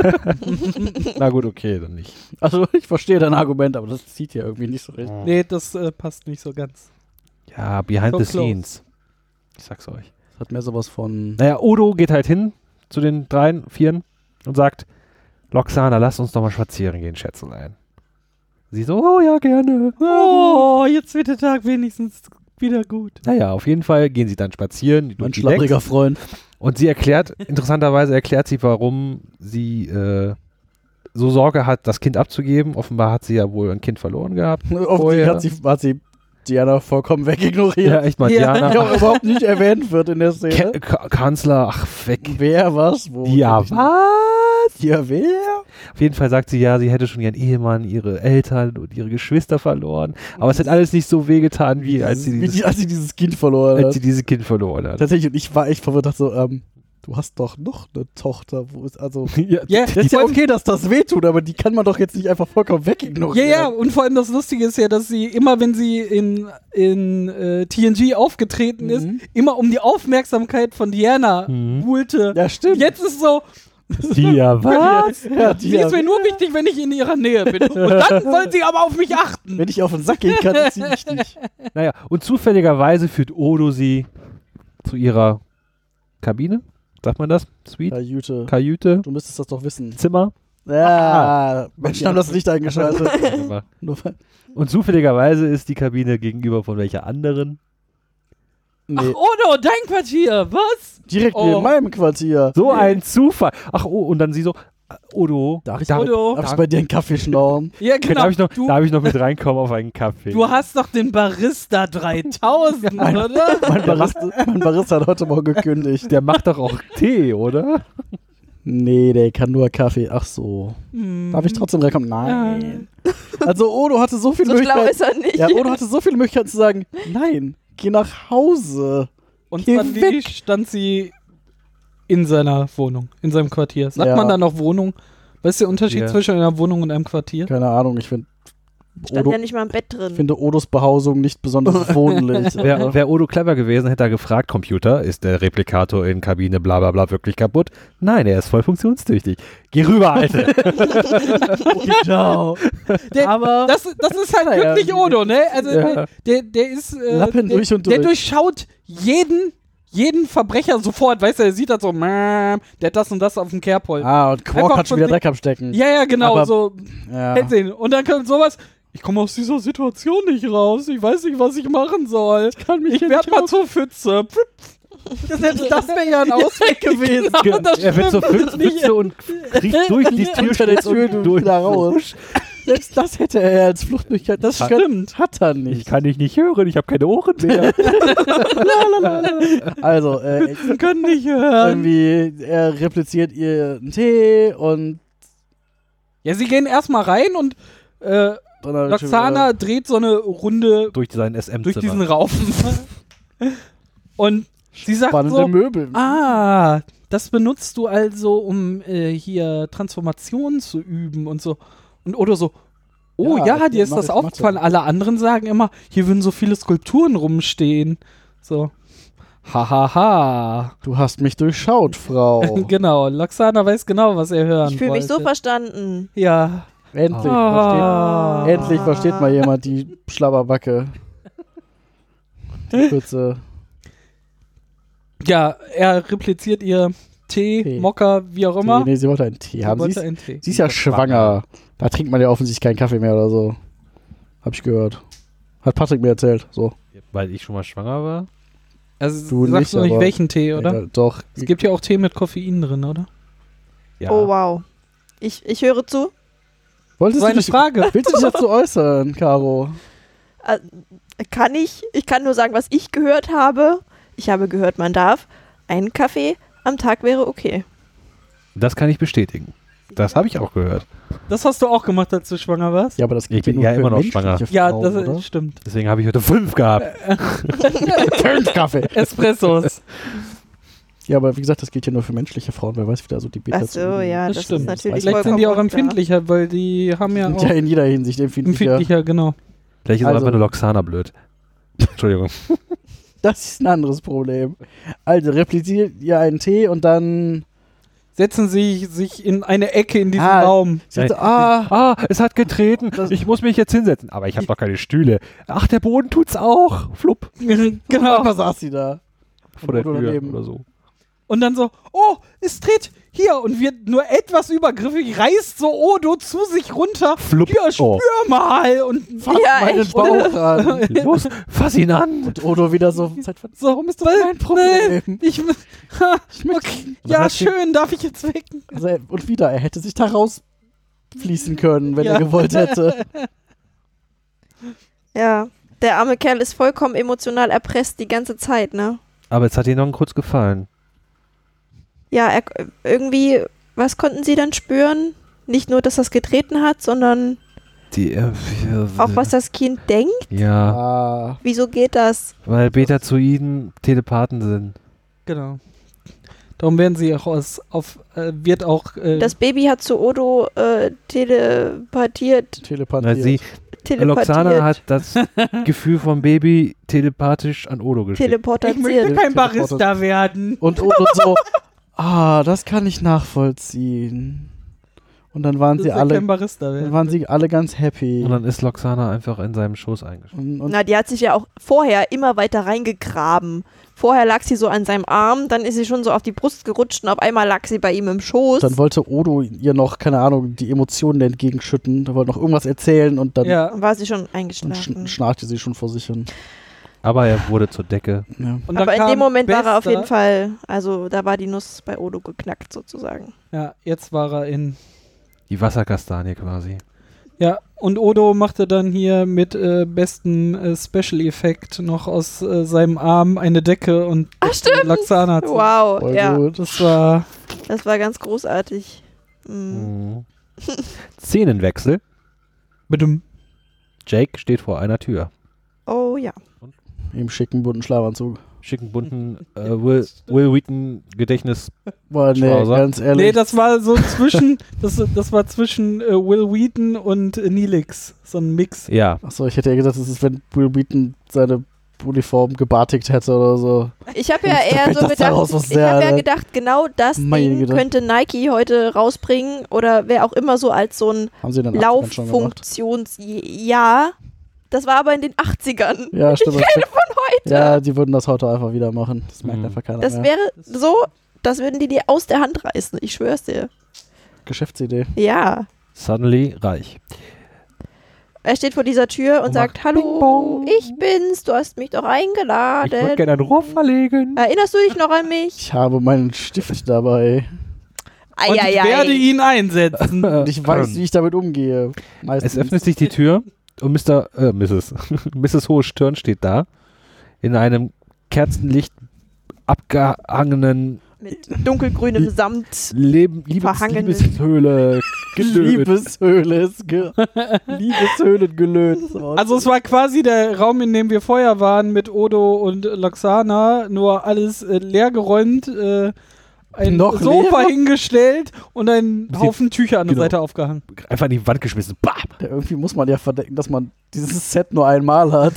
Na gut, okay, dann nicht. Also ich verstehe dein Argument, aber das zieht ja irgendwie nicht so richtig. hat. Nee, das äh, passt nicht so ganz. Ja, behind So the close. scenes. Ich sag's euch. Das hat mehr sowas von... Naja, Odo geht halt hin zu den dreien, vieren und sagt, Loxana, lass uns doch mal spazieren gehen, Schätzelein. Sie so, oh ja, gerne. Oh, jetzt wird der Tag wenigstens wieder gut. Naja, auf jeden Fall gehen sie dann spazieren. Mein schlappriger Freund. Und sie erklärt, interessanterweise erklärt sie, warum sie äh, so Sorge hat, das Kind abzugeben. Offenbar hat sie ja wohl ein Kind verloren gehabt. Offensichtlich vorher. hat sie, hat sie Diana vollkommen wegignoriert. Ja, echt mal, Ja. Die Diana. auch überhaupt nicht erwähnt wird in der Szene. Ke Ka Kanzler, ach, weg. Wer, was, wo? Ja, was? Ja, wer? Auf jeden Fall sagt sie, ja, sie hätte schon ihren Ehemann, ihre Eltern und ihre Geschwister verloren. Aber es hat alles nicht so wehgetan, wie als sie Wie dieses, die, als sie dieses Kind verloren als hat. sie dieses Kind verloren hat. Tatsächlich, und ich war echt verwirrt, dachte so, ähm, du hast doch noch eine Tochter, wo ist, also, Ja, Ja, das ist ja okay, dass das wehtut, aber die kann man doch jetzt nicht einfach vollkommen Ja, wegignorieren. ja, und vor allem das Lustige ist ja, dass sie immer, wenn sie in, in äh, T N G aufgetreten Mhm. ist, immer um die Aufmerksamkeit von Diana Mhm. buhlte. Ja, stimmt. Jetzt ist so, ja, was? Ja, die die, ist mir nur wichtig, wenn ich in ihrer Nähe bin. Und dann soll sie aber auf mich achten. wenn ich auf den Sack gehen kann, ist sie wichtig. Naja, und zufälligerweise führt Odo sie zu ihrer Kabine. Sagt man das? Suite? Ja, Jute, Kajüte? du müsstest das doch wissen. Zimmer? Ja, Menschen haben das Licht eingeschaltet. Nur weil- Und zufälligerweise ist die Kabine gegenüber von welcher anderen? Ach, nee, Odo, dein Quartier, was? direkt oh. neben meinem Quartier. So ein Zufall. Ach, oh, und dann sie so, äh, Odo, Darf ich, darf, Odo. darf ich bei dir einen Kaffee schnorren? Ja, genau. genau. darf, ich noch, du, darf ich noch mit reinkommen auf einen Kaffee? du hast doch den Barista dreitausend, oder? Mein Barista, mein Barista hat heute Morgen gekündigt. Der macht doch auch Tee, oder? Nee, der kann nur Kaffee. Ach so. Hm. Darf ich trotzdem reinkommen? Nein. Also Odo hatte so viele So schlau Möglichkeiten. ist er nicht. Ja, Odo hatte so viele Möglichkeiten zu sagen, nein, geh nach Hause. Und Geh dann weg. stand sie in seiner Wohnung, in seinem Quartier. Sagt Ja. man da noch Wohnung? Was ist der Unterschied Ja. zwischen einer Wohnung und einem Quartier? Keine Ahnung, ich finde Stand Odo, ja nicht mal im Bett drin. finde Odos Behausung nicht besonders wohnlich. Wäre wär Odo clever gewesen, hätte er gefragt, Computer, ist der Replikator in Kabine bla bla bla wirklich kaputt? Nein, er ist voll funktionstüchtig. Geh rüber, Alte. Ciao. Der, Aber das, das ist halt Naja, wirklich Odo, ne? Also Ja. der, der ist äh, Lappen der, durch und der durch. durchschaut jeden, jeden Verbrecher sofort, weißt du, er sieht das so, mäm, der hat das und das auf dem Kerbholz. Ah, und Quark Einfach hat schon von wieder sich- Dreck am Stecken. Ja, ja, genau, Aber- so Ja. hält sehen. Und dann kommt sowas, ich komme aus dieser Situation nicht raus, ich weiß nicht, was ich machen soll. Ich, kann mich ich werd mal zur Pfütze. Das, das wäre ja ein Ausweg gewesen. Genau, das er wird so stimmt. Pfütze und kriecht durch die Tür, Unter der steht Tür und du durch. wieder raus. Selbst das hätte er als Fluchtmöglichkeit. Das Stimmt. Hat er Ich nicht. kann dich nicht hören, ich habe keine Ohren mehr. Also, äh, Wir können nicht hören. irgendwie, er repliziert ihr einen Tee und Ja, sie gehen erstmal rein und äh, dann hat er schon Roxana dreht so eine Runde durch sein S M-Zimmer. durch diesen Raufen. Und sie sagt spannende so, Möbel. ah, das benutzt du also, um äh, hier Transformationen zu üben und so. Und Odo so, oh Ja, ja, das dir ist mach das ich aufgefallen. Mathe. Alle anderen sagen immer, hier würden so viele Skulpturen rumstehen. So, hahaha. Ha, ha. Du hast mich durchschaut, Frau. Genau, Loxana weiß genau, was er hören Ich fühle mich so wollte. verstanden. Ja. Endlich, Ah. versteht, endlich versteht mal jemand die Schlabberbacke. Die Kürze. Ja, er repliziert ihr Tee, Tee. Mokka, wie auch immer. Nee, nee, sie wollte einen Tee Sie haben. Sie wollte ist, einen Tee. sie ist ja schwanger. Da trinkt man ja offensichtlich keinen Kaffee mehr oder so. Hab ich gehört. Hat Patrick mir erzählt. So. Weil ich schon mal schwanger war. Also Du sagst nicht, du nicht aber- welchen Tee, oder? Ja, doch. Es gibt ja auch Tee mit Koffein drin, oder? Ja. Oh, wow. Ich, ich höre zu. Wolltest So du eine dich, Frage. willst du dich dazu äußern, Caro? Äh, kann ich? Ich kann nur sagen, was ich gehört habe. Ich habe gehört, man darf. Ein Kaffee am Tag wäre okay. Das kann ich bestätigen. Das habe ich auch gehört. Das hast du auch gemacht, als du schwanger warst? Ja, aber das Ich gilt bin nur ja für immer noch menschliche schwanger. Ja, Frauen, das oder? ist, stimmt. Deswegen habe ich heute fünf gehabt. Fünf Kaffee. Espressos. Ja, aber wie gesagt, das gilt ja nur für menschliche Frauen. Wer weiß, wie da so die Beta Ach so, ja, Das das, stimmt. ist natürlich Vielleicht sind die auch vollkommen klar. empfindlicher, weil die haben ja sind auch ja in jeder Hinsicht empfindlicher. empfindlicher, genau. Vielleicht ist Also- auch einfach nur Loxana blöd. Entschuldigung. Das ist ein anderes Problem. Also repliziert ihr einen Tee und dann Setzen sie sich in eine Ecke in diesem Ah, Raum. sagt sie, ah, Ah, es hat getreten. Das- Ich muss mich jetzt hinsetzen. Aber ich habe doch keine Stühle. Ach, der Boden tut's auch. Flupp. Genau. was saß sie da? Vor der Oder Tür daneben. oder so. Und dann so, oh, es tritt hier und wird nur etwas übergriffig, reißt so Odo zu sich runter. Flupp. Hier, spür Oh. mal. Und Fass Ja, meinen echt. Bauch an. Los, fass ihn an. Und Odo wieder so, Zeit so, warum ist das mein Problem? Nee, ich, ha, okay. dann Ja, hat sie- schön, darf ich jetzt weg? Also, und wieder, er hätte sich da rausfließen können, wenn Ja. er gewollt hätte. Ja, der arme Kerl ist vollkommen emotional erpresst die ganze Zeit, ne? Aber jetzt hat ihm noch kurz gefallen. Ja, er, irgendwie, was konnten sie dann spüren? Nicht nur, dass das getreten hat, sondern Die, äh, auch, was das Kind denkt. Ja, Ah, Wieso geht das? weil Betazoiden Telepathen sind. Genau. Darum werden sie auch aus, auf, äh, wird auch, äh, Das Baby hat zu Odo äh, telepathiert. telepathiert. Weil sie, Telepathiert. Loxana hat das Gefühl vom Baby telepathisch an Odo geschickt. ich möchte teleportiert. kein Barista werden. Und Odo so, ah, das kann ich nachvollziehen. Und dann waren Das sie ist ja alle, kein Barista dann werden. waren sie alle ganz happy. Und dann ist Loxana einfach in seinem Schoß eingeschlafen. Und, und Na, die hat sich ja auch vorher immer weiter reingegraben. Vorher lag sie so an seinem Arm, dann ist sie schon so auf die Brust gerutscht und auf einmal lag sie bei ihm im Schoß. dann wollte Odo ihr noch, keine Ahnung, die Emotionen entgegenschütten. Da wollte noch irgendwas erzählen und dann, Ja. War sie schon dann eingeschlafen. sch schnarchte sie schon vor sich hin. Aber er wurde zur Decke. Ja. Und dann Aber in kam dem Moment war er auf Bester- jeden Fall, also da war die Nuss bei Odo geknackt sozusagen. Ja, jetzt war er in. Die Wasserkastanie quasi. Ja, und Odo machte dann hier mit äh, bestem äh, Special-Effekt noch aus äh, seinem Arm eine Decke und Ach, stimmt. Loxana zu. Wow, Voll ja, gut. Das war. das war ganz großartig. Mhm. Mhm. Szenenwechsel. Bedum. Jake steht vor einer Tür. Oh ja. Im schicken, bunten Schlafanzug. Schicken bunten äh, Will, Will Wheaton Gedächtnis. Boah, nee, Schnauzer. ganz ehrlich. Nee, das war so zwischen. das, das war zwischen äh, Will Wheaton und äh, Neelix. So ein Mix. Ja. Achso, ich hätte ja gesagt, das ist, wenn Will Wheaton seine Uniform gebartigt hätte oder so. Ich habe ja Da eher fällt so das gedacht, daraus, was ich der- habe ja gedacht, genau das Meine Ding Güte. könnte Nike heute rausbringen oder wer auch immer so als so ein Haben sie in den achtzigern schon gemacht. Lauffunktions... Ja, das war aber in den achtzigern. Ja, stimmt. Ich rede von heute. Ja, die würden das heute einfach wieder machen. Das merkt Mhm. einfach keiner Das mehr. wäre so, das würden die dir aus der Hand reißen. Ich schwör's dir. Geschäftsidee. Ja. Suddenly reich. Er steht vor dieser Tür und Und sagt, macht hallo, Bing-Bong. ich bin's, du hast mich doch Ich würde eingeladen. gerne ein Rohr verlegen. Erinnerst du dich noch an mich? Ich habe meinen Stift dabei. Und ich werde ihn einsetzen. Und ich weiß, wie ich damit umgehe. Meistens. Es öffnet sich die Tür und Mister Äh, Misses Misses Hohe Stirn steht da. In einem Kerzenlicht abgehangenen Mit dunkelgrünem Samt. Leben, Liebes, Verhangenen. Liebeshöhle gelöt. Liebeshöhle ist ge Liebeshöhlengelöt. Also es war quasi der Raum, in dem wir vorher waren mit Odo und Loxana, nur alles äh, leergeräumt, äh, ein Noch Sofa leerer? hingestellt und ein Bisschen- Haufen Tücher an der genau. Seite aufgehangen. Einfach in die Wand geschmissen. Bam! Ja, irgendwie muss man ja verdenken, dass man dieses Set nur einmal hat.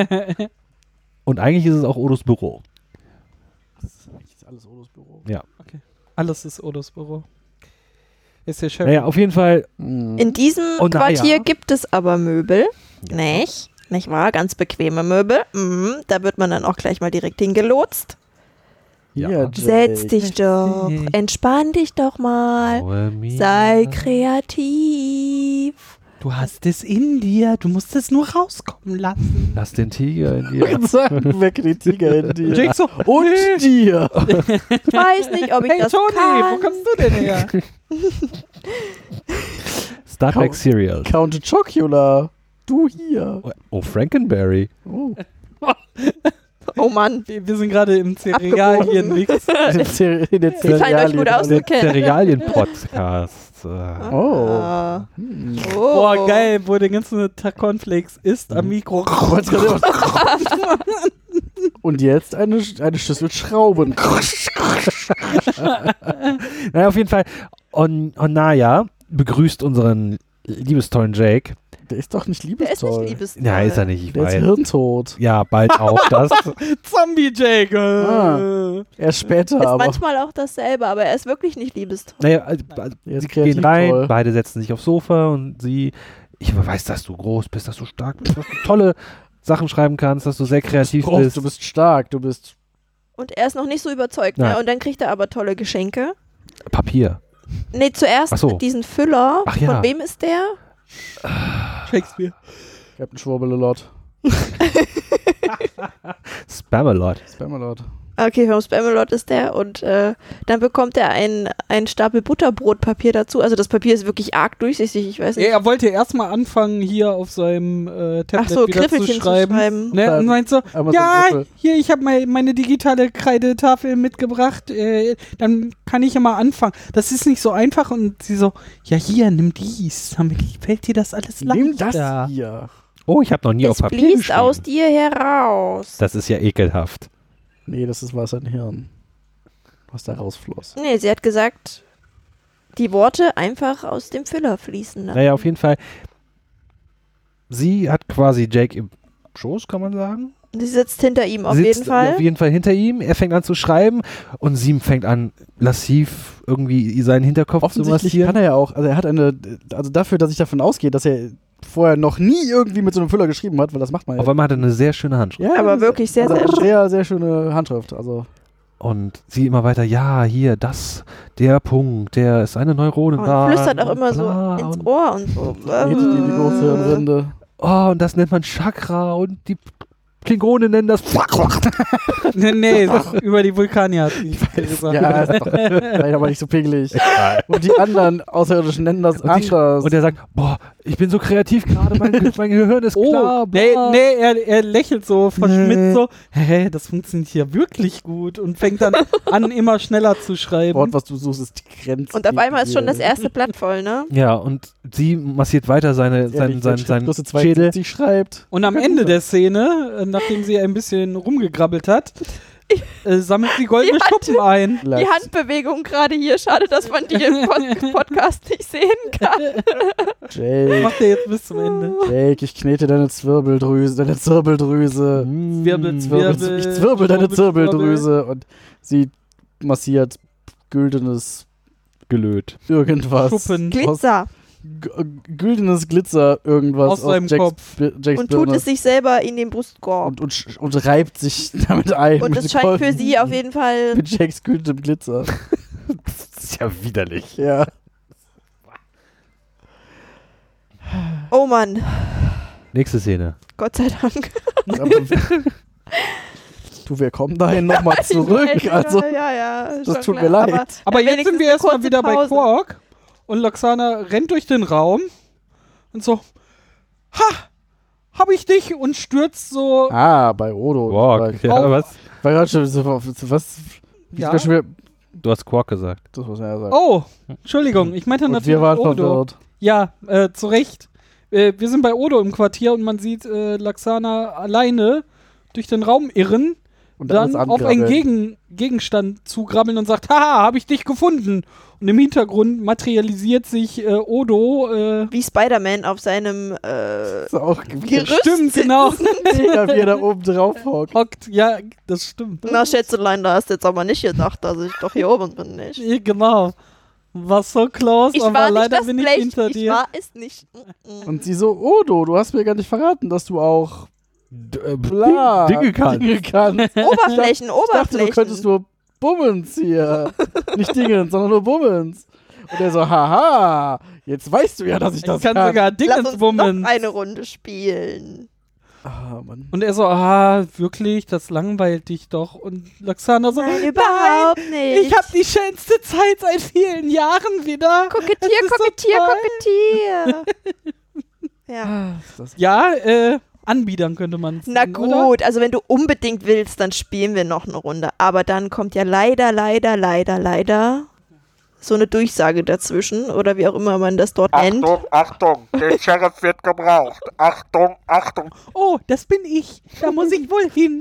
Und eigentlich ist es auch Odos Büro. Das ist alles Odos Büro. Alles ist Odos Büro. Ist der Chef. Naja, auf jeden Fall. Mhm. In diesem Oh, na Quartier ja. gibt es aber Möbel. Nicht? Nicht wahr? Ganz bequeme Möbel. Mhm. Da wird man dann auch gleich mal direkt hingelotst. Ja, Ja. Jake. Setz dich doch. Entspann dich doch mal. Oh, Mia. Sei kreativ. Du hast es in dir, du musst es nur rauskommen lassen. Lass den Tiger in Ich dir. würde sagen, wecke die Tiger in dir. Jake so, Und dir. Ich weiß nicht, ob ich hey das Tony, kann. wo kommst du denn her? Star Trek Serial. Count Chocula. Du hier. Oh, Frankenberry. Oh. Oh Mann. Wir, wir sind gerade im Cerealien-Mix. In, Zer in der Sie scheinen euch gut Cerealien- aus- Der Okay. Cerealien-Podcast. Äh, Oh. Ah. Hm. Oh. Boah, geil, wo der ganze Tag Cornflakes isst am Mikro. Und Und jetzt eine, eine Schüssel Schrauben. Naja, auf jeden Fall, On Onaya begrüßt unseren liebestollen Jake. Der ist doch nicht Der ist nicht liebestoll. liebestoll. Ja, ist er nicht, ich Der ist weiß. hirntot. Ja, bald auch das. Zombie-Jake. Ah. Erst später, Ist aber manchmal auch dasselbe, aber er ist wirklich nicht liebestoll. Naja, also, also, Der ist sie kreativ gehen rein, toll. beide setzen sich aufs Sofa und sie, ich weiß, dass du groß bist, dass du stark bist, dass du tolle Sachen schreiben kannst, dass du sehr kreativ Groß, bist. du bist stark, du bist. Und er ist noch nicht so überzeugt. Nein. Ne? Und dann kriegt er aber tolle Geschenke. Papier. Nee, zuerst Ach so. diesen Füller. Ach ja. Von wem ist der? Shakespeare. Captain Schwurbelelot. Spamalot. Spamalot. Okay, vom Spamalot ist der. Und äh, dann bekommt er einen, einen Stapel Butterbrotpapier dazu. Also das Papier ist wirklich arg durchsichtig. Ich weiß Ja, nicht. er wollte erstmal anfangen, hier auf seinem äh, Tablet Ach so, wieder zu Griffelchen zu schreiben. schreiben. Ne? Und meint so, Einmal so ja, ein Griffel. hier, ich habe mein, meine digitale Kreidetafel mitgebracht, äh, dann kann ich ja mal anfangen. Das ist nicht so einfach. Und sie so, ja hier, nimm dies, damit fällt dir das alles leichter. Nimm das hier. Oh, ich habe noch nie Es auf Papier fließt geschrieben. aus dir heraus. Das ist ja ekelhaft. Nee, das ist was ein Hirn. Was da rausfloss. Nee, sie hat gesagt, die Worte einfach aus dem Füller fließen lassen. Naja, auf jeden Fall. Sie hat quasi Jake im Schoß, kann man sagen. Sie sitzt hinter ihm auf Sitzt jeden Fall. Auf jeden Fall hinter ihm. Er fängt an zu schreiben und sie fängt an, lassiv irgendwie seinen Hinterkopf zu Offensichtlich massieren. kann er ja auch, also er hat eine, also dafür, dass ich davon ausgehe, dass er vorher noch nie irgendwie mit so einem Füller geschrieben hat, weil das macht man ja. Auf einmal hat er eine sehr schöne Handschrift. Ja, Aber das ist- wirklich sehr, also sehr eine schön. sehr, sehr schöne Handschrift. Also Und sie immer weiter, ja, hier, das, der Punkt, der ist eine Neurone. Und da flüstert auch und immer so bla ins und, Ohr und so. geht in die große Rinde. Oh, und das nennt man Chakra und die Klingonen nennen das. nee, nee, über die Vulkanier hat sie gesagt. Ja, ist doch vielleicht aber nicht so pingelig. Und die anderen Außerirdischen nennen das Und, die, anders. und er sagt, boah, ich bin so kreativ gerade, mein, Ge- mein Gehirn ist Oh, klar. nee, bla. nee, er, er lächelt so verschmitzt Nee. so, hä, das funktioniert hier wirklich gut und fängt dann an, immer schneller zu Das schreiben. Wort, was du suchst, ist die Grenze. Und auf einmal ist schon das erste Blatt voll, ne? Ja, und sie massiert weiter seine, sein, sein, sein Schädel. Sie schreibt. Und am Ende der Szene, äh, nachdem sie ein bisschen rumgegrabbelt hat, äh, sammelt sie goldene Die Hand- Schuppen ein. Die Handbewegung gerade hier, schade, dass man die im Pod Podcast nicht sehen kann. Jake, Macht er jetzt bis zum Ende. Jake, ich knete deine Zwirbeldrüse, deine Zirbeldrüse. Wirbel, Zwirbel, Zwirbel, ich zwirbel deine Zwirbel, Zirbeldrüse und sie massiert güldenes Gelöt. irgendwas. Schuppen. Glitzer. G güldenes Glitzer irgendwas Aus seinem Jakes, Kopf. Bi- Jakes Und tut Birne. es sich selber in den Brustkorb. und, und, sch- und reibt sich damit ein. Und mit es scheint für Gold- sie auf jeden Fall. Mit Jakes güldendem Glitzer. Das ist ja widerlich. Ja. Oh Mann, Nächste Szene. Gott sei Dank. Du, wir kommen dahin nochmal zurück. Also, ja, ja, das schon tut klar. mir leid. Aber, Aber jetzt wenigstens sind wir eine erstmal kurze wieder bei Pause. Quark und Loxana rennt durch den Raum und so, ha, hab ich dich und stürzt so. ah, bei Odo. Quark. Bei, Ja, Oh. was? bei gerade schon so, was? Ich Ja. ja. schon wieder, Du hast Quark gesagt. das muss man ja sagen. Oh, Entschuldigung, ich meinte und natürlich wir waren Odo. verwirrt. Ja, äh, zu Recht. Äh, wir sind bei Odo im Quartier und man sieht äh, Loxana alleine durch den Raum irren, Und dann alles auf einen angrabbeln. Gegen Gegenstand zugrabbeln und sagt, haha, hab ich dich gefunden. Und im Hintergrund materialisiert sich äh, Odo. Äh, Wie Spider-Man auf seinem äh, Das ist auch Gerüst. stimmt, genau. mega, wie er da oben drauf hockt. Hockt, ja, das stimmt. Na, Schätzelein, da hast du jetzt aber nicht gedacht, dass ich doch hier oben bin, nicht? Ja, genau. War so close, Ich aber war nicht leider das bin ich Blech, hinter ich dir. war es nicht. Mm-mm. Und sie so, Odo, du hast mir gar nicht verraten, dass du auch D äh, bla, Dinge kann. Dinge kannst. Oberflächen, Ich dachte, Oberflächen. du könntest nur Bummens hier. Nicht Dingens, sondern nur Bummens. Und er so, haha, jetzt weißt du ja, dass ich Ich das kann kann. sogar Lass Dingens uns wummen. noch eine Runde spielen. Ah, Mann. Und er so, ah, wirklich, das langweilt dich doch. Und Loxana so, Nein, überhaupt nicht. ich hab die schönste Zeit seit vielen Jahren wieder. Kokettier, Es ist so kokettier, toll. kokettier. Ja. Ah, ist das Ja, äh, anbiedern könnte man Na oder? gut, also wenn du unbedingt willst, dann spielen wir noch eine Runde. Aber dann kommt ja leider, leider, leider, leider so eine Durchsage dazwischen oder wie auch immer man das dort nennt. Achtung, Achtung, der Sheriff wird gebraucht. Achtung, Achtung. Oh, das bin ich. Da muss ich wohl hin.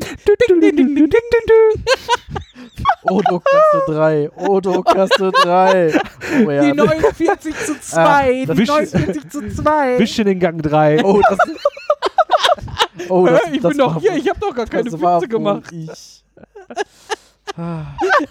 Odo Kaste drei. Odo Kaste drei. Oh, ja. Die neunundvierzig zu zwei. Ah, die Wisch- neunundvierzig zu zwei. Wisch in den Gang drei. Oh, das, oh, das, Hä, ich das bin doch war hier. wohl- Ich habe doch gar keine das war Witze gemacht. wohl Ich. Ah.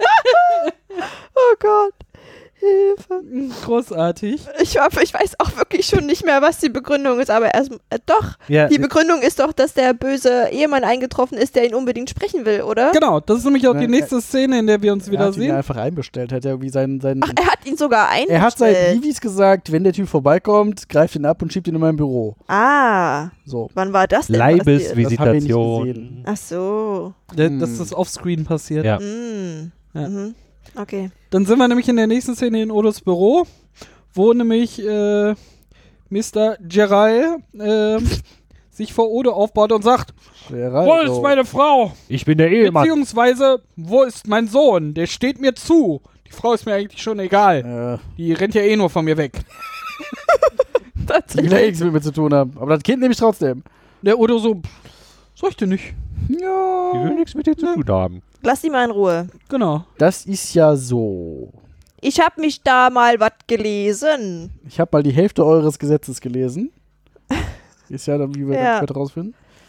Oh Gott. Hilfe. Großartig. Ich, hoffe, ich weiß auch wirklich schon nicht mehr, was die Begründung ist, aber erst äh, doch. Ja, Die Begründung ist doch, dass der böse Ehemann eingetroffen ist, der ihn unbedingt sprechen will, oder? Genau, das ist nämlich auch die Nein, nächste Szene, in der wir uns Er wieder hat ihn ja sehen. einfach einbestellt. Hat ja irgendwie seinen, seinen Ach, er hat ihn sogar eingestellt. er hat seinen Hiwis gesagt, wenn der Typ vorbeikommt, greift ihn ab und schiebt ihn in mein Büro. Ah, So. wann war das denn passiert? Das haben wir nicht Leibesvisitation. gesehen. Ach so. Ja, Hm. dass das offscreen passiert. Ja. Mm. Ja. Mhm. Okay. Dann sind wir nämlich in der nächsten Szene in Odos Büro, wo nämlich äh, Mister Geral äh, sich vor Odo aufbaut und sagt, Der wo Raldo. ist meine Frau? Ich bin der Ehemann. Beziehungsweise, wo ist mein Sohn? Der steht mir zu. Die Frau ist mir eigentlich schon egal. Äh, Die rennt ja eh nur von mir weg. die will ja nichts mit mir zu tun haben. Aber das Kind nehme ich trotzdem. Der Odo so, pff, soll ich denn nicht? Ja. Die will nichts mit dir zu tun haben. Lass ihn mal in Ruhe. Genau. Das ist ja so. Ich hab mich da mal was gelesen. Ich habe mal die Hälfte eures Gesetzes gelesen. Ist ja dann, wie wir Ja. dann später rausfinden.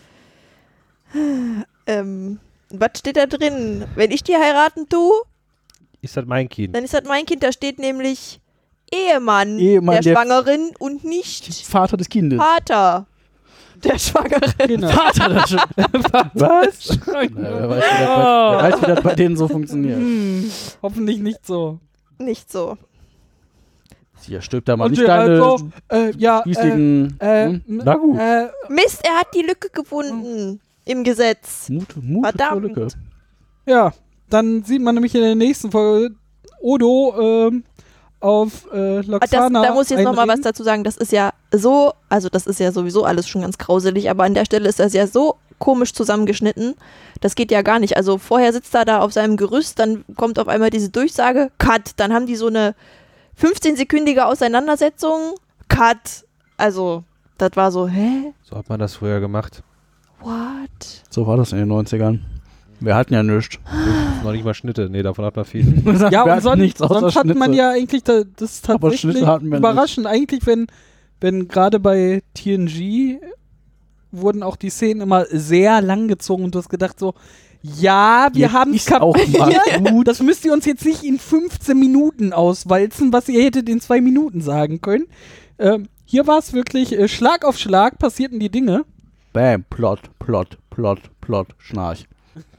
Ähm, was steht da drin? Wenn ich die heiraten tue, Ist das mein Kind? dann ist das mein Kind. Da steht nämlich Ehemann, Ehemann der, der- Schwangeren und nicht Vater des Kindes. Vater der Schwangeren. Genau. Vater des Was? Ja, wer, weiß, wie das bei, wer weiß, wie das bei denen so funktioniert. Hm, hoffentlich nicht so. Nicht so. Hier, stirbt da mal Und nicht Gerald deine so, äh, ja, äh, spießigen äh, hm? Na gut. äh, Mist, er hat die Lücke gefunden im Gesetz. Mut, Mut Verdammt. zur Lücke. ja, dann sieht man nämlich in der nächsten Folge Odo ähm, auf äh, Das, Loxana da muss ich jetzt nochmal was einreden. dazu sagen. Das ist ja so, also das ist ja sowieso alles schon ganz grauselig, aber an der Stelle ist das ja so komisch zusammengeschnitten. Das geht ja gar nicht. Also vorher sitzt er da auf seinem Gerüst, dann kommt auf einmal diese Durchsage, Cut. Dann haben die so eine fünfzehnsekündige Auseinandersetzung, Cut. Also, das war so, hä? So hat man das früher gemacht. What? So war das in den neunzigern. Wir hatten ja nichts. Noch nicht mal Schnitte. Nee, davon hat man viel. Ja, wir und hatten sonst, nichts außer sonst hat man Schnitze. ja eigentlich, da, das ist Aber tatsächlich Schnitte hatten wir überraschend. Eigentlich, wenn, wenn gerade bei T N G wurden auch die Szenen immer sehr lang gezogen und du hast gedacht so, ja, wir Jetzt haben es ist auch mal kapiert. Das müsst ihr uns jetzt nicht in fünfzehn Minuten auswalzen, was ihr hättet in zwei Minuten sagen können. Ähm, hier war es wirklich äh, Schlag auf Schlag passierten die Dinge. Bam, Plot, Plot, Plot, Plot, Schnarch.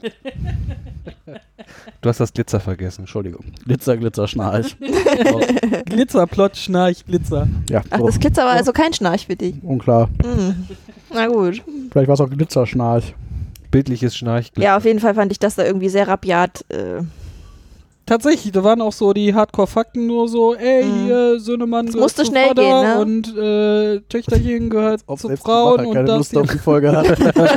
Du hast das Glitzer vergessen. Entschuldigung. Glitzer, Glitzer, Schnarch. Glitzer, Plot, Schnarch, Glitzer. Ja, Ach, so. das Glitzer war also kein Schnarch für dich. Unklar. Hm. Na gut. Vielleicht war es auch Glitzer, Schnarch. Bildliches Schnarch. Ja, auf jeden Fall fand ich das da irgendwie sehr rabiat. Äh, Tatsächlich, da waren auch so die Hardcore-Fakten nur so, ey, Mhm. hier, Söhnemann Es gehört musste zu schnell Vater gehen, ne? und äh, Töchterchen gehört Ob zu selbst Frauen die Macher und keine das Lust hier. auf die Folge hat.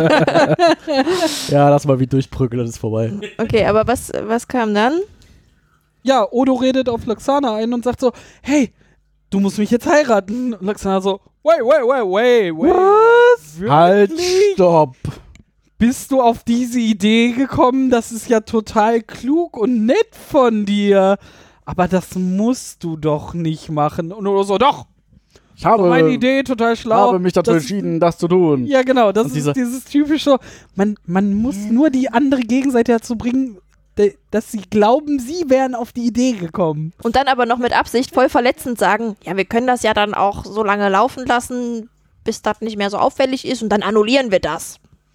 Ja, lass mal wie durchprügeln, das ist vorbei. okay, aber was, was kam dann? Ja, Odo redet auf Loxana ein und sagt so, hey, du musst mich jetzt heiraten. Und Loxana so, wait, wait, wait, wait, wait. Was? Halt, stopp. Bist du auf diese Idee gekommen? Das ist ja total klug und nett von dir. Aber das musst du doch nicht machen. Und Odo so, doch, Ich habe, meine Idee, total schlau. habe mich dazu Das- entschieden, das zu tun. Ja, genau, das Und ist diese- dieses typische, man, man muss nur die andere Gegenseite dazu bringen, de, dass sie glauben, sie wären auf die Idee gekommen. Und dann aber noch mit Absicht voll verletzend sagen, ja, wir können das ja dann auch so lange laufen lassen, bis das nicht mehr so auffällig ist und dann annullieren wir das.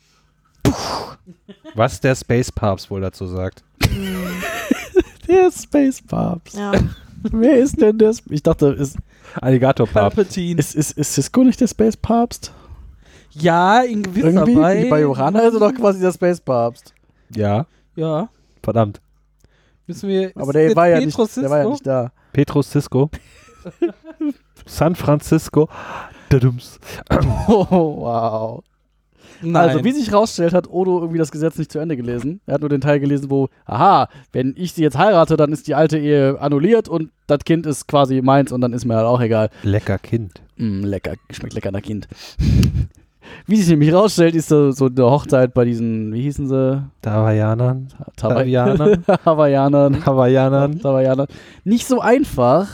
Was der Space Papst wohl dazu sagt. Der Space Papst. Ja. Wer ist denn der? Sp- Ich dachte, ist, Alligator Papst. Palpatine. ist, ist, ist Cisco nicht der Space Papst? Ja, in gewisser Irgendwie? Weise. Bei Johanna ist er doch quasi der Space Papst. Ja, Ja, verdammt. müssen wir. Aber ist der jetzt war, ja nicht, Petro der war ja Cisco? nicht da. Petrus Cisco. San Francisco. Dadums. Oh, wow. Nein. Also, wie sich rausstellt, hat Odo irgendwie das Gesetz nicht zu Ende gelesen. Er hat nur den Teil gelesen, wo, aha, wenn ich sie jetzt heirate, dann ist die alte Ehe annulliert und das Kind ist quasi meins und dann ist mir halt auch egal. Lecker Kind. Mm, lecker, schmeckt lecker nach Kind. Wie sich nämlich rausstellt, ist so, so eine Hochzeit bei diesen, wie hießen sie? Hawaiianern. Hawaiianern. Hawaiianern. Hawaiianern. Hawaiianern. Nicht so einfach,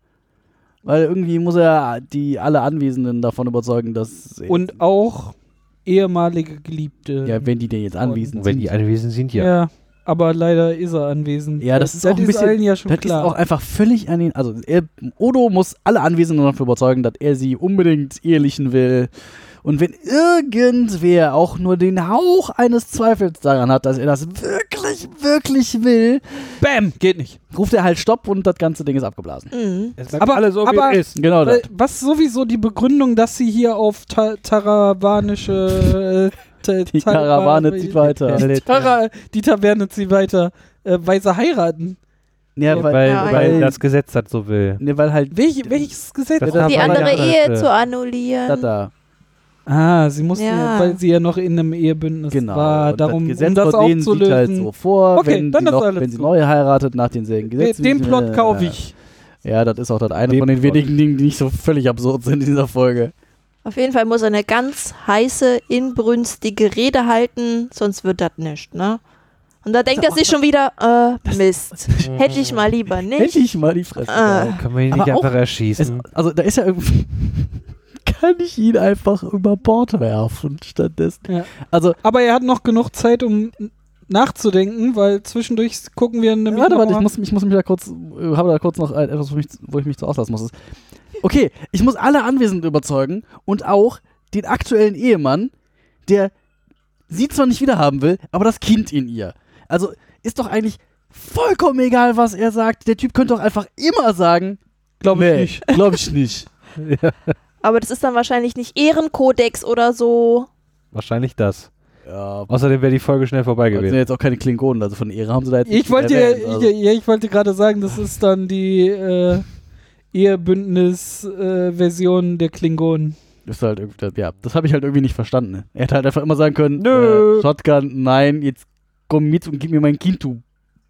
weil irgendwie muss er die alle Anwesenden davon überzeugen, dass... Und auch ehemalige Geliebte. Ja, wenn die denn jetzt anwesend Wenn sind. die anwesend sind, ja. Ja, aber leider ist er anwesend. Ja, das ist auch ein bisschen, allen ja schon das klar. ist auch einfach völlig an ihn, also er, Odo muss alle Anwesenden davon überzeugen, dass er sie unbedingt ehelichen will. Und wenn irgendwer auch nur den Hauch eines Zweifels daran hat, dass er das wirklich, wirklich will, Bam, geht nicht. ruft er halt Stopp und das ganze Ding ist abgeblasen. Mhm. Es bleibt Aber- alle so, aber- wie es ist. Genau das. Weil, was sowieso die Begründung, dass sie hier auf ta taravanische äh, ta Die Karawane zieht weiter. Die, Tara die Taverne zieht weiter, äh, weil sie heiraten. Ja, weil, Weil, Ja, weil weil, das Gesetz das so will. ne, weil halt Welch, welches Gesetz? Das Ja, Die war andere ja Ehe das, zu äh, annullieren. da, da. Ah, sie musste, Ja. ja. weil sie ja noch in einem Ehebündnis Genau. war, Und darum, das Gesetz um das von denen aufzulösen. sieht halt so vor, Okay, wenn, dann sie ist noch, alles wenn sie gut. neu heiratet nach denselben Den, Gesetzen. den wie sie- Plot kaufe ich. Ja, das ist auch das eine Den von den Plot. wenigen Dingen, die nicht so völlig absurd sind in dieser Folge. Auf jeden Fall muss er eine ganz heiße, inbrünstige Rede halten, sonst wird das nicht, ne? Und da denkt er sich schon wieder, äh, Mist. Hätte ich mal lieber Hätte nicht. ich mal die Fresse. Ah. gehalten. Können wir ihn Aber nicht auch- einfach Es, erschießen? also da ist ja irgendwie... Kann ich ihn einfach über Bord werfen stattdessen? Ja. Also, Aber er hat noch genug Zeit, um nachzudenken, weil zwischendurch gucken wir nämlich warte, noch warte, ich mal- muss, ich muss mich da kurz, äh, habe da kurz noch ein- etwas, wo, mich, wo ich mich zu auslassen muss. Okay, ich muss alle Anwesenden überzeugen und auch den aktuellen Ehemann, der sie zwar nicht wiederhaben will, aber das Kind in ihr. Also ist doch eigentlich vollkommen egal, was er sagt. Der Typ könnte doch einfach immer sagen, Glaube ich nee, nicht. Glaube ich nicht. Aber das ist dann wahrscheinlich nicht Ehrenkodex oder so. Wahrscheinlich das. Ja, Außerdem wäre die Folge schnell vorbei das sind gewesen. jetzt auch keine Klingonen, also von Ehre haben sie da jetzt Ich nicht wollte, erwähnt, also. ich, ja, ich wollte gerade sagen, das ist dann die äh, Ehebündnis-Version der Klingonen. Das ist halt irgendwie, ja, das habe ich halt irgendwie nicht verstanden. Ne? Er hätte halt einfach immer sagen können, Nö. Äh, Shotgun, nein, jetzt komm mit und gib mir mein Kind, du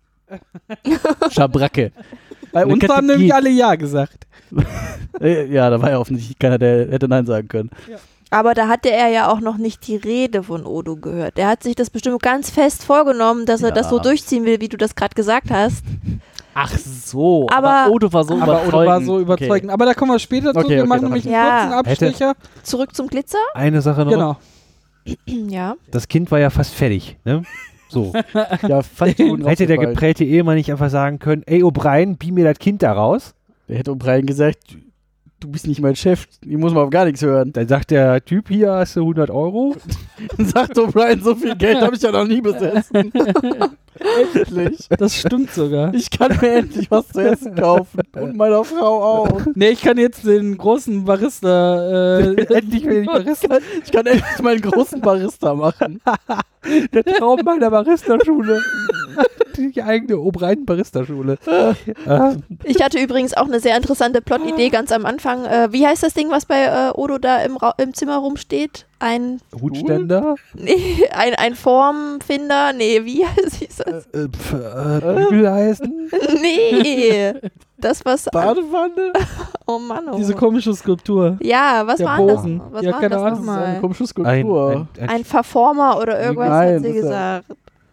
Schabracke. Bei Eine uns haben Kategorie. nämlich alle Ja gesagt. Äh, ja, da war ja offensichtlich keiner, der hätte nein sagen können. Aber da hatte er ja auch noch nicht die Rede von Odo gehört. Der hat sich das bestimmt ganz fest vorgenommen, dass er Ja. das so durchziehen will, wie du das gerade gesagt hast. Ach so, Aber- Odo war so Aber überzeugend. Odo war so überzeugend. Aber da kommen wir später zu. Okay, Wir okay, machen dann nämlich hab einen ich- kurzen Ja. Abstecher. Zurück zum Glitzer? Eine Sache noch. Genau. Ja. Das Kind war ja fast fertig, ne? So. Okay. Ja, fand ich gut Hätte der rausgefallen. geprägte Ehemann nicht einfach sagen können, ey O'Brien, beam mir das Kind da raus? Der hätte O'Brien gesagt, du bist nicht mein Chef, ich muss mal auf gar nichts hören. Dann sagt der Typ, hier hast du hundert Euro. Dann sagt O'Brien, so viel Geld habe ich ja noch nie besessen. Endlich. Das stimmt sogar. Ich kann mir endlich was zu essen kaufen. Und meiner Frau auch. Nee, ich kann jetzt den großen Barista. Äh, Endlich will ich Barista. Ich kann endlich meinen großen Barista machen. Der Traum meiner Barista-Schule. Die eigene O'Brien-Barista-Schule. äh, Ich hatte übrigens auch eine sehr interessante Plot-Idee ganz am Anfang. Äh, wie heißt das Ding, was bei äh, Odo da im, Ra im Zimmer rumsteht? Ein, Hutständer. nee, ein, ein Formfinder? Nee, wie hieß das? Äh, pf, äh, Bügeleisen. Nee, das was... Badewanne? Oh Mann, oh. diese komische Skulptur. Ja, was Der war das? Bogen. Was Ja, war keine das Ahnung, Das ist eine nochmal? komische Ein, Skulptur. ein, ein, Ein Verformer oder irgendwas Nein, hat sie das ist gesagt.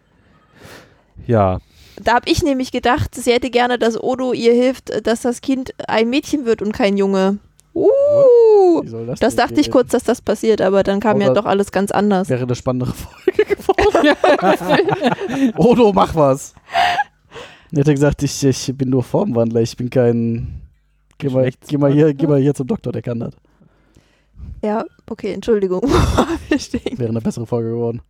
ja. Da habe ich nämlich gedacht, sie hätte gerne, dass Odo ihr hilft, dass das Kind ein Mädchen wird und kein Junge. Uh, Wie soll das das denn dachte ich gehen? kurz, dass das passiert, aber dann kam ja Oder- doch alles ganz anders. Wäre eine spannendere Folge geworden. Odo, mach was. Er hätte gesagt, ich, ich bin nur Formwandler, ich bin kein... Geh mal, geh, mal hier, geh mal hier zum Doktor, der kann das. Ja, okay, Entschuldigung. Wir stehen. Wäre eine bessere Folge geworden.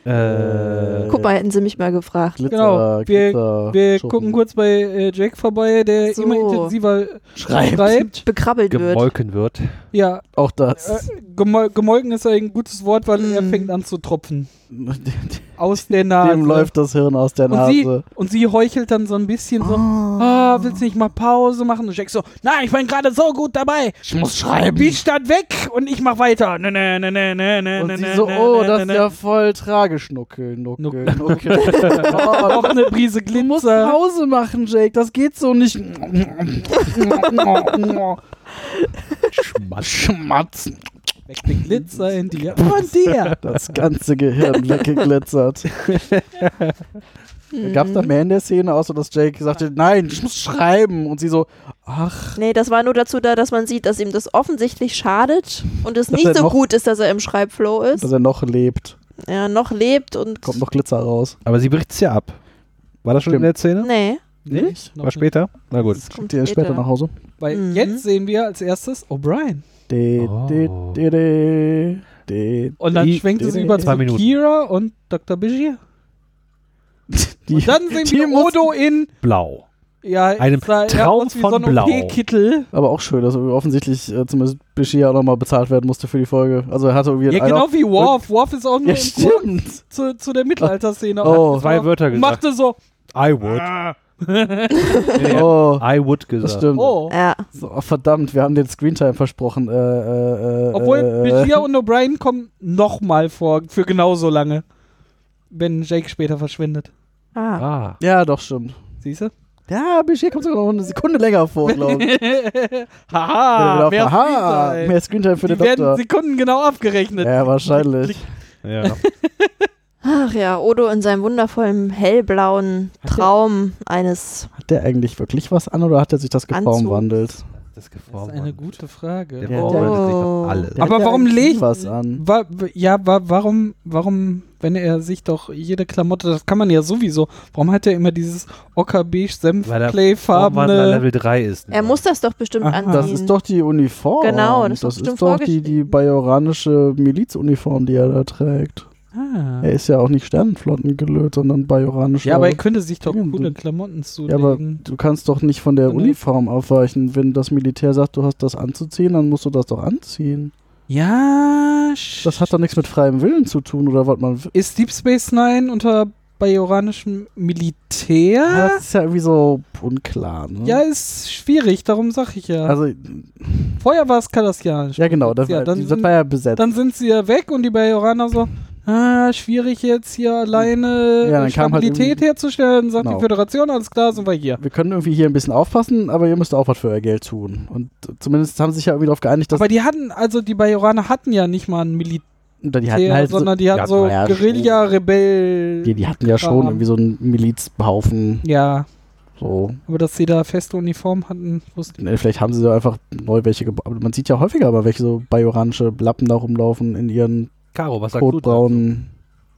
Äh, Guck mal, hätten sie mich mal gefragt. Glitzer, Genau, wir- Glitzer, Wir Schuppen. gucken kurz bei äh, Jake vorbei, der So. immer intensiver Schreibt. schreibt. Bekrabbelt wird. gemolken wird. Ja, Auch das. äh, gemol gemolken ist ein gutes Wort, weil er Mm. fängt an zu tropfen. Aus der Nase. Dem läuft das Hirn aus der und, sie, Nase. und sie heuchelt dann so ein bisschen so, ah, willst du nicht mal Pause machen? Und Jack so, nein, ich bin gerade so gut dabei. Ich muss schreiben. Wie stand weg und ich mach weiter. Ne, ne, ne, ne, ne, ne, Und ne, sie ne, so, ne, oh, ne, das ne, ist ja voll tragisch. Nuckel, Nuckel, Nuckel. Nuckel. Auch eine Prise Du musst Glitzer. Pause machen, Jake. Das geht so nicht. Schmatzen. Weg den Glitzer in dir. Von dir. Das ganze Gehirn weggeglitzert. Gab es da mehr in der Szene, außer dass Jake sagte, nein, ich muss schreiben. Und sie so, ach, Nee, das war nur dazu da, dass man sieht, dass ihm das offensichtlich schadet und es Dass nicht er so noch- gut ist, dass er im Schreibflow ist. dass er noch lebt. Er noch lebt und. Kommt noch Glitzer raus. Aber sie bricht es ja ab. War das schon Stimmt. in der Szene? Nee. Nicht? Noch War später? Na gut. das kommt Die ist später nach Hause. Weil Mhm. jetzt sehen wir als erstes O'Brien. De, de, Oh. de, de, de. Und dann Die- schwenkt es die- über zwei zu Minuten. Kira und Doktor Bashir. Die, Und dann sehen die wir muss- Odo in Blau. ja, Einem sah- er Traum aus wie von so ein Blau. O P-Kittel. Aber auch schön, dass offensichtlich äh, zumindest Bashir auch nochmal bezahlt werden musste für die Folge. Also er hatte irgendwie Ja, einer- genau wie Worf. Worf ist auch nur Ja, im Kurs stimmt. zu, zu der Mittelalterszene. Oh. Und Zwei Wörter und gesagt. machte so, I would. Nee, Oh, I would das gesagt. stimmt. oh. Ja. So, oh, verdammt, wir haben den Screentime versprochen. Äh, äh, äh, Obwohl äh, Bashir und O'Brien kommen nochmal vor, für genauso lange. Wenn Jake später verschwindet. Ah. Ah. Ja, doch, stimmt. Siehst du? Ja, Bashir kommt sogar noch eine Sekunde länger vor, glaube ich. Haha, Ja, mehr aha, Screentime. mehr Screentime für Die den werden Doktor. Sekunden genau abgerechnet. Ja, wahrscheinlich. Ja. Ach ja, Odo in seinem wundervollen hellblauen Traum eines. Hat der eigentlich wirklich was an oder hat er sich das Anzug. geformwandelt? Das Das ist geformt. eine gute Frage. Der Ja, vorbereitet sich oh. auf alles. Der Aber hat ja warum eigentlich legt- nie was an? Wa w- ja, wa warum, warum, wenn er sich doch jede Klamotte, das kann man ja sowieso, warum hat er immer dieses ockerbeige Weil er Formwandler senfclayfarbene Level drei ist. Er muss das doch bestimmt Aha. anziehen. Das ist doch die Uniform. Genau, das ist doch das bestimmt ist doch die, die vorgeschrieben. bajoranische Milizuniform, die er da trägt. ah. Er ist ja auch nicht Sternenflotten gelöt, sondern bajoranische. Ja, aber er könnte sich doch Dinge coole sind. Klamotten Ja, aber zulegen. du kannst doch nicht von der Oder- Uniform aufweichen. Wenn das Militär sagt, du hast das anzuziehen, dann musst du das doch anziehen. Ja, Das hat doch nichts mit freiem Willen zu tun, oder was man will. ist Deep Space Nine unter bajoranischem Militär? Ja, das ist ja irgendwie so unklar. Ne? Ja, ist schwierig, darum sag ich ja. Also, Vorher war es kardassianisch. ja genau, das, Ja, war, dann das sind- war ja besetzt. Dann sind sie ja weg und die Bajoraner so, ah, schwierig jetzt hier alleine Ja, dann kam halt Stabilität irgendwie- herzustellen. Dann sagt Genau. die Föderation, alles klar, sind wir hier. Wir können irgendwie hier ein bisschen aufpassen, aber ihr müsst auch was für euer Geld tun. Und zumindest haben sie sich ja irgendwie darauf geeinigt, dass Aber die hatten, also die Bajoraner hatten ja nicht mal ein Militär, oder die hatten halt so, sondern die hatten Ja, so ja, schon. Guerilla-Rebell. die, die hatten ja schon Kram. irgendwie so einen Milizhaufen. Ja, So. aber dass sie da feste Uniform hatten, wusste ich. Ne, Vielleicht haben sie so einfach neu welche gebaut. Aber man sieht ja häufiger aber welche so bajoranische Lappen da rumlaufen in ihren Caro, was sagst du? rotbraunen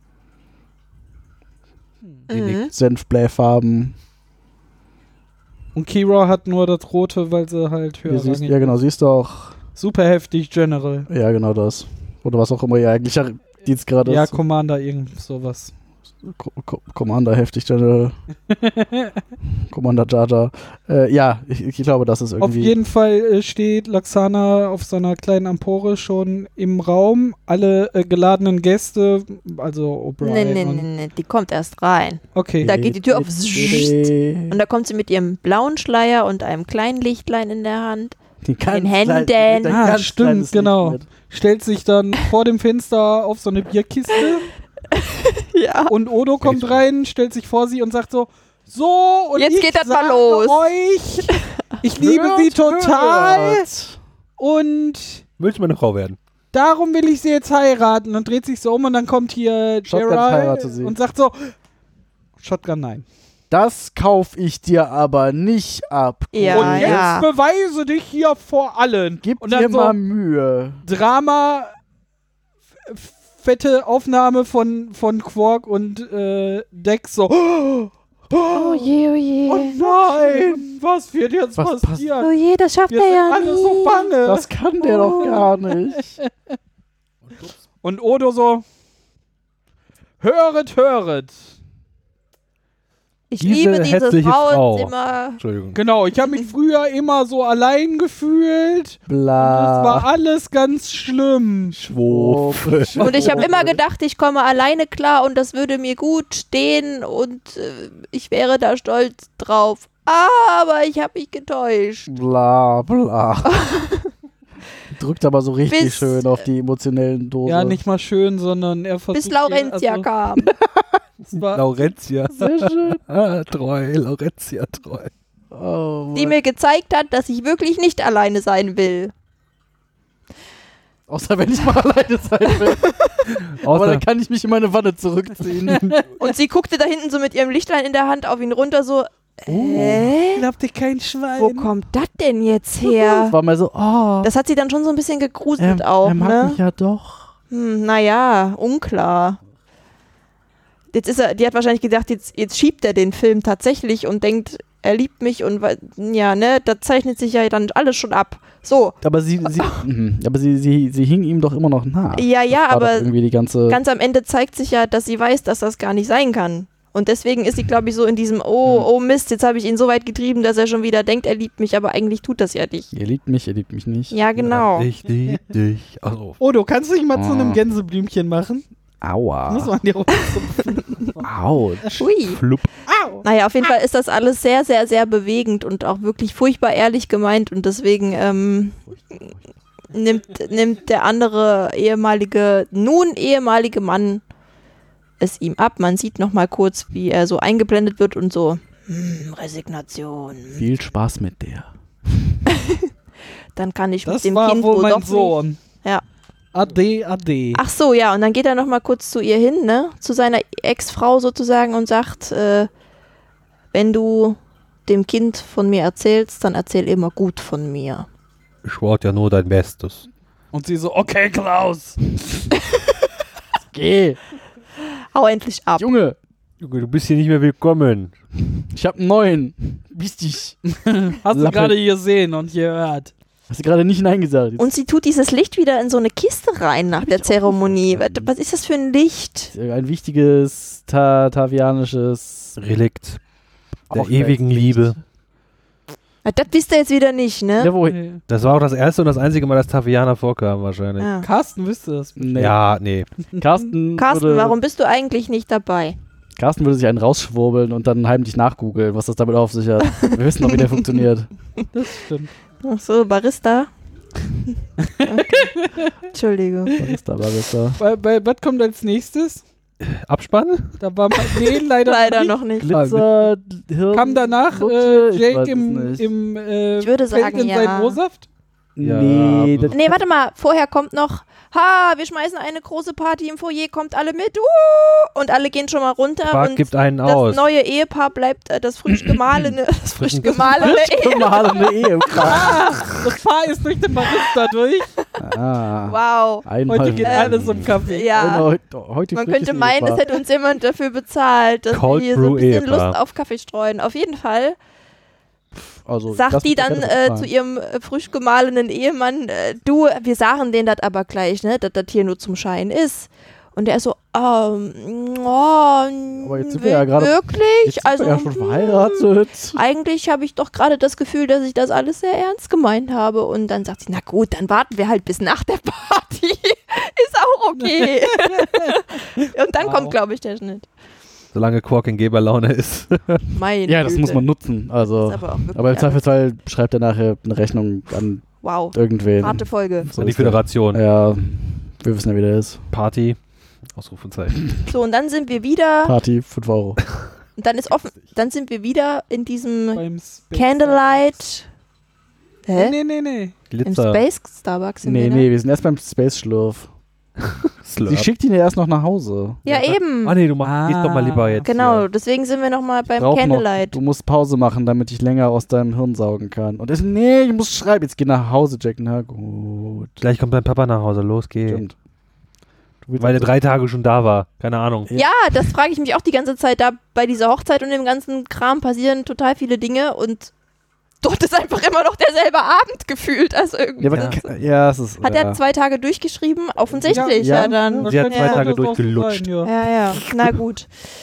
Mhm. Senfblähfarben. Und Kira hat nur das Rote, weil sie halt höher Ja, siehst, ranging. ja, genau, siehst du auch. Super heftig, General. Ja, genau das. Oder was auch immer ihr eigentlicher Dienstgrad Ja, ist. Commander, irgend sowas. Co Co Commander heftig, General. Commander Jar Jar. Äh, ja, ich, ich glaube, das ist Auf irgendwie. jeden Fall äh, steht Laxana auf seiner kleinen Empore schon im Raum. Alle äh, geladenen Gäste, also O'Brien. Nee, nee, und- nee, nee, die kommt erst rein. Okay. Da geht die Tür auf. Und da kommt sie mit ihrem blauen Schleier und einem kleinen Lichtlein in der Hand. Die ganz in Händen. klein- ein Ah, ganz stimmt, kleines genau. Licht mit. Stellt sich dann vor dem Fenster auf so eine Bierkiste Ja. und Odo kommt rein, stellt sich vor sie und sagt so, so, und Jetzt ich geht das mal sage los." euch, ich liebe Hört, sie total hört. und Willst du meine Frau werden? darum will ich sie jetzt heiraten. Und dreht sich so um und dann kommt hier Shotgun Gerald heirate sie. und sagt so, Shotgun nein. Das kauf ich dir aber nicht ab. Ja, und jetzt ja. beweise dich hier vor allen. Gib und dann dir so mal Mühe. Drama, f- fette Aufnahme von, von Quark und äh, Dex so, oh, Oh je, oh je. oh nein, was wird jetzt Was passieren? Oh je, das schafft Wir er sind ja alle nie. so bange. Das kann der doch gar nicht. Und Odo so, höret, höret. Ich Diese liebe dieses hässliche Frau. Frauenzimmer. Entschuldigung. Genau, ich habe mich früher immer so allein gefühlt. Das Bla. war alles ganz schlimm. Schwupp. Und ich habe immer gedacht, ich komme alleine klar und das würde mir gut stehen und äh, ich wäre da stolz drauf. Aber ich habe mich getäuscht. Bla, bla. Drückt aber so richtig Bis- schön auf die emotionellen Dosen. Ja, nicht mal schön, sondern er versucht... Bis Laurentia also, kam. es war, Laurentia. Sehr schön. Ah, treu, Laurentia, treu. Oh, Die mir gezeigt hat, dass ich wirklich nicht alleine sein will. außer wenn ich mal alleine sein will. Aber Außer, dann kann ich mich in meine Wanne zurückziehen. Und sie guckte da hinten so mit ihrem Lichtlein in der Hand auf ihn runter so, hä? glaubt ihr kein Schwein? Wo kommt das denn jetzt her? Das war mal so, oh, Das hat sie dann schon so ein bisschen gegruselt er, auch, er mag ne? mich ja doch. Hm, naja, unklar. Jetzt ist er, die hat wahrscheinlich gedacht, jetzt, jetzt schiebt er den Film tatsächlich und denkt, er liebt mich und wa- ja, ne, da zeichnet sich ja dann alles schon ab. So, Aber sie, sie, mhm. aber sie, sie, sie hing ihm doch immer noch nach. ja, ja, Das war doch aber irgendwie die ganze. ganz am Ende zeigt sich ja, dass sie weiß, dass das gar nicht sein kann. Und deswegen ist sie, glaube ich, so in diesem, oh, oh Mist, jetzt habe ich ihn so weit getrieben, dass er schon wieder denkt, er liebt mich, aber eigentlich tut das ja nicht. Ihr liebt mich, ihr liebt mich nicht. Ja, genau. ich lieb dich. Also, Oh, du kannst dich mal zu einem Ah. Gänseblümchen machen? Aua. Muss man dir Autsch. Ui. flupp. Naja, auf jeden Fall ist das alles sehr, sehr, sehr bewegend und auch wirklich furchtbar ehrlich gemeint und deswegen ähm, nimmt, nimmt der andere ehemalige, nun ehemalige Mann es ihm ab. Man sieht nochmal kurz, wie er so eingeblendet wird und so, hm, Resignation. Viel Spaß mit der. Dann kann ich Das mit dem war Kind wohl wohl mein doch Sohn. nicht. Ja. Ade, ade. Ach so, ja, und dann geht er nochmal kurz zu ihr hin, ne, zu seiner Ex-Frau sozusagen und sagt, äh, wenn du dem Kind von mir erzählst, dann erzähl immer gut von mir. Ich wollte ja nur dein Bestes. Und sie so, okay, Klaus. Geh, Hau endlich ab. Junge, Junge, du bist hier nicht mehr willkommen. ich hab einen neuen. Wichtig. Hast du Lappe. gerade gesehen und gehört. Hast du gerade nicht hineingesagt. Jetzt Und sie tut dieses Licht wieder in so eine Kiste rein nach der Zeremonie. Was, was ist das für ein Licht? ein wichtiges ta tavianisches Relikt der Auch ewigen gleich. Liebe. Ah, das wisst ihr jetzt wieder nicht, ne? Ja, wo Nee. Das war auch das erste und das einzige Mal, dass Tavianer vorkam wahrscheinlich. Ja. Carsten wüsste das. Nee. Ja, nee. Carsten, Carsten, würde, warum bist du eigentlich nicht dabei? Carsten würde sich einen rausschwurbeln und dann heimlich nachgoogeln, was das damit auf sich hat. Wir wissen noch, wie der funktioniert. Das stimmt. Ach so, Barista? Okay. Entschuldigung. Barista, Barista. Bei, bei, was kommt als nächstes? Abspann? Da war mal, nee, leider, Leider nicht. noch nicht. Glitzer, Hirn. Kam danach Lutsche, äh, ich weiß Jake es im, nicht. im äh, Ich würde Feld sagen, in ja. seinen O-Saft? Ja, Nee, aber- das, Nee, warte mal, vorher kommt noch, ha, wir schmeißen eine große Party im Foyer, kommt alle mit, uh, und alle gehen schon mal runter Quark und gibt einen das aus. neue Ehepaar bleibt äh, das frisch gemahlene, das frisch gemahlene Ehepaar. mahalende Ehe. Ach, das Paar ist durch den Barista durch. Ah. Wow. Einmal Heute geht Ähm, alles um Kaffee. Ja, heute, heute man glückliches könnte meinen, es Ehepaar. hätte uns jemand dafür bezahlt, dass Cold wir hier so ein Brew bisschen Ehepaar. Lust auf Kaffee streuen. Auf jeden Fall Also, sagt das die wird dann gerne äh, bezahlen. zu ihrem äh, frisch gemahlenen Ehemann, äh, du, wir sagen denen das aber gleich, ne, dass das hier nur zum Schein ist. Und der ist so, ähm, oh, Aber jetzt sind wir ja gerade- wirklich? Jetzt sind Also, wir ja schon hm, verheiratet. eigentlich habe ich doch gerade das Gefühl, dass ich das alles sehr ernst gemeint habe. Und dann sagt sie, na gut, dann warten wir halt bis nach der Party. Ist auch okay. Und dann Wow. kommt, glaube ich, der Schnitt. Solange Quark in Geberlaune ist. Meine Ja, das Güte. muss man nutzen. Also, Das ist aber auch wirklich aber im alles- Zweifelsfall schreibt er nachher eine Rechnung an Wow, irgendwen. harte Folge. So An die ist der. Föderation. Ja, wir wissen ja, wie der ist. Party. Ausrufezeichen. So, und dann sind wir wieder, Party, fünf Euro. und dann ist offen, dann sind wir wieder in diesem Beim Space Candlelight. Hä? Nee, nee, nee. Im Glitzer. Space Starbucks sind Nee, wir, ne? nee, wir sind erst beim Space-Schlürf. Sie Slurp. schickt ihn ja erst noch nach Hause. Ja, eben. Ah nee, du mach, gehst doch mal lieber jetzt. Genau, hier. deswegen sind wir nochmal beim Brauch Candlelight. Noch, du musst Pause machen, damit ich länger aus deinem Hirn saugen kann. Und er so, nee, ich muss schreiben. Jetzt geh nach Hause, Jack. Na gut. Gleich kommt dein Papa nach Hause. Los, geh. Stimmt. Du willst Weil er also- drei Tage schon da war. Keine Ahnung. Ja, das frage ich mich auch die ganze Zeit. Da bei dieser Hochzeit und dem ganzen Kram passieren total viele Dinge und dort ist einfach immer noch derselbe Abend gefühlt. Also irgendwie. Ja, aber Ja. ja. ja, es ist. Hat ja. er zwei Tage durchgeschrieben? Offensichtlich, Ja, ja, ja. dann. Sie hat Das zwei kann Tage durchaus durchgelutscht. sein, ja. Ja, ja, na gut.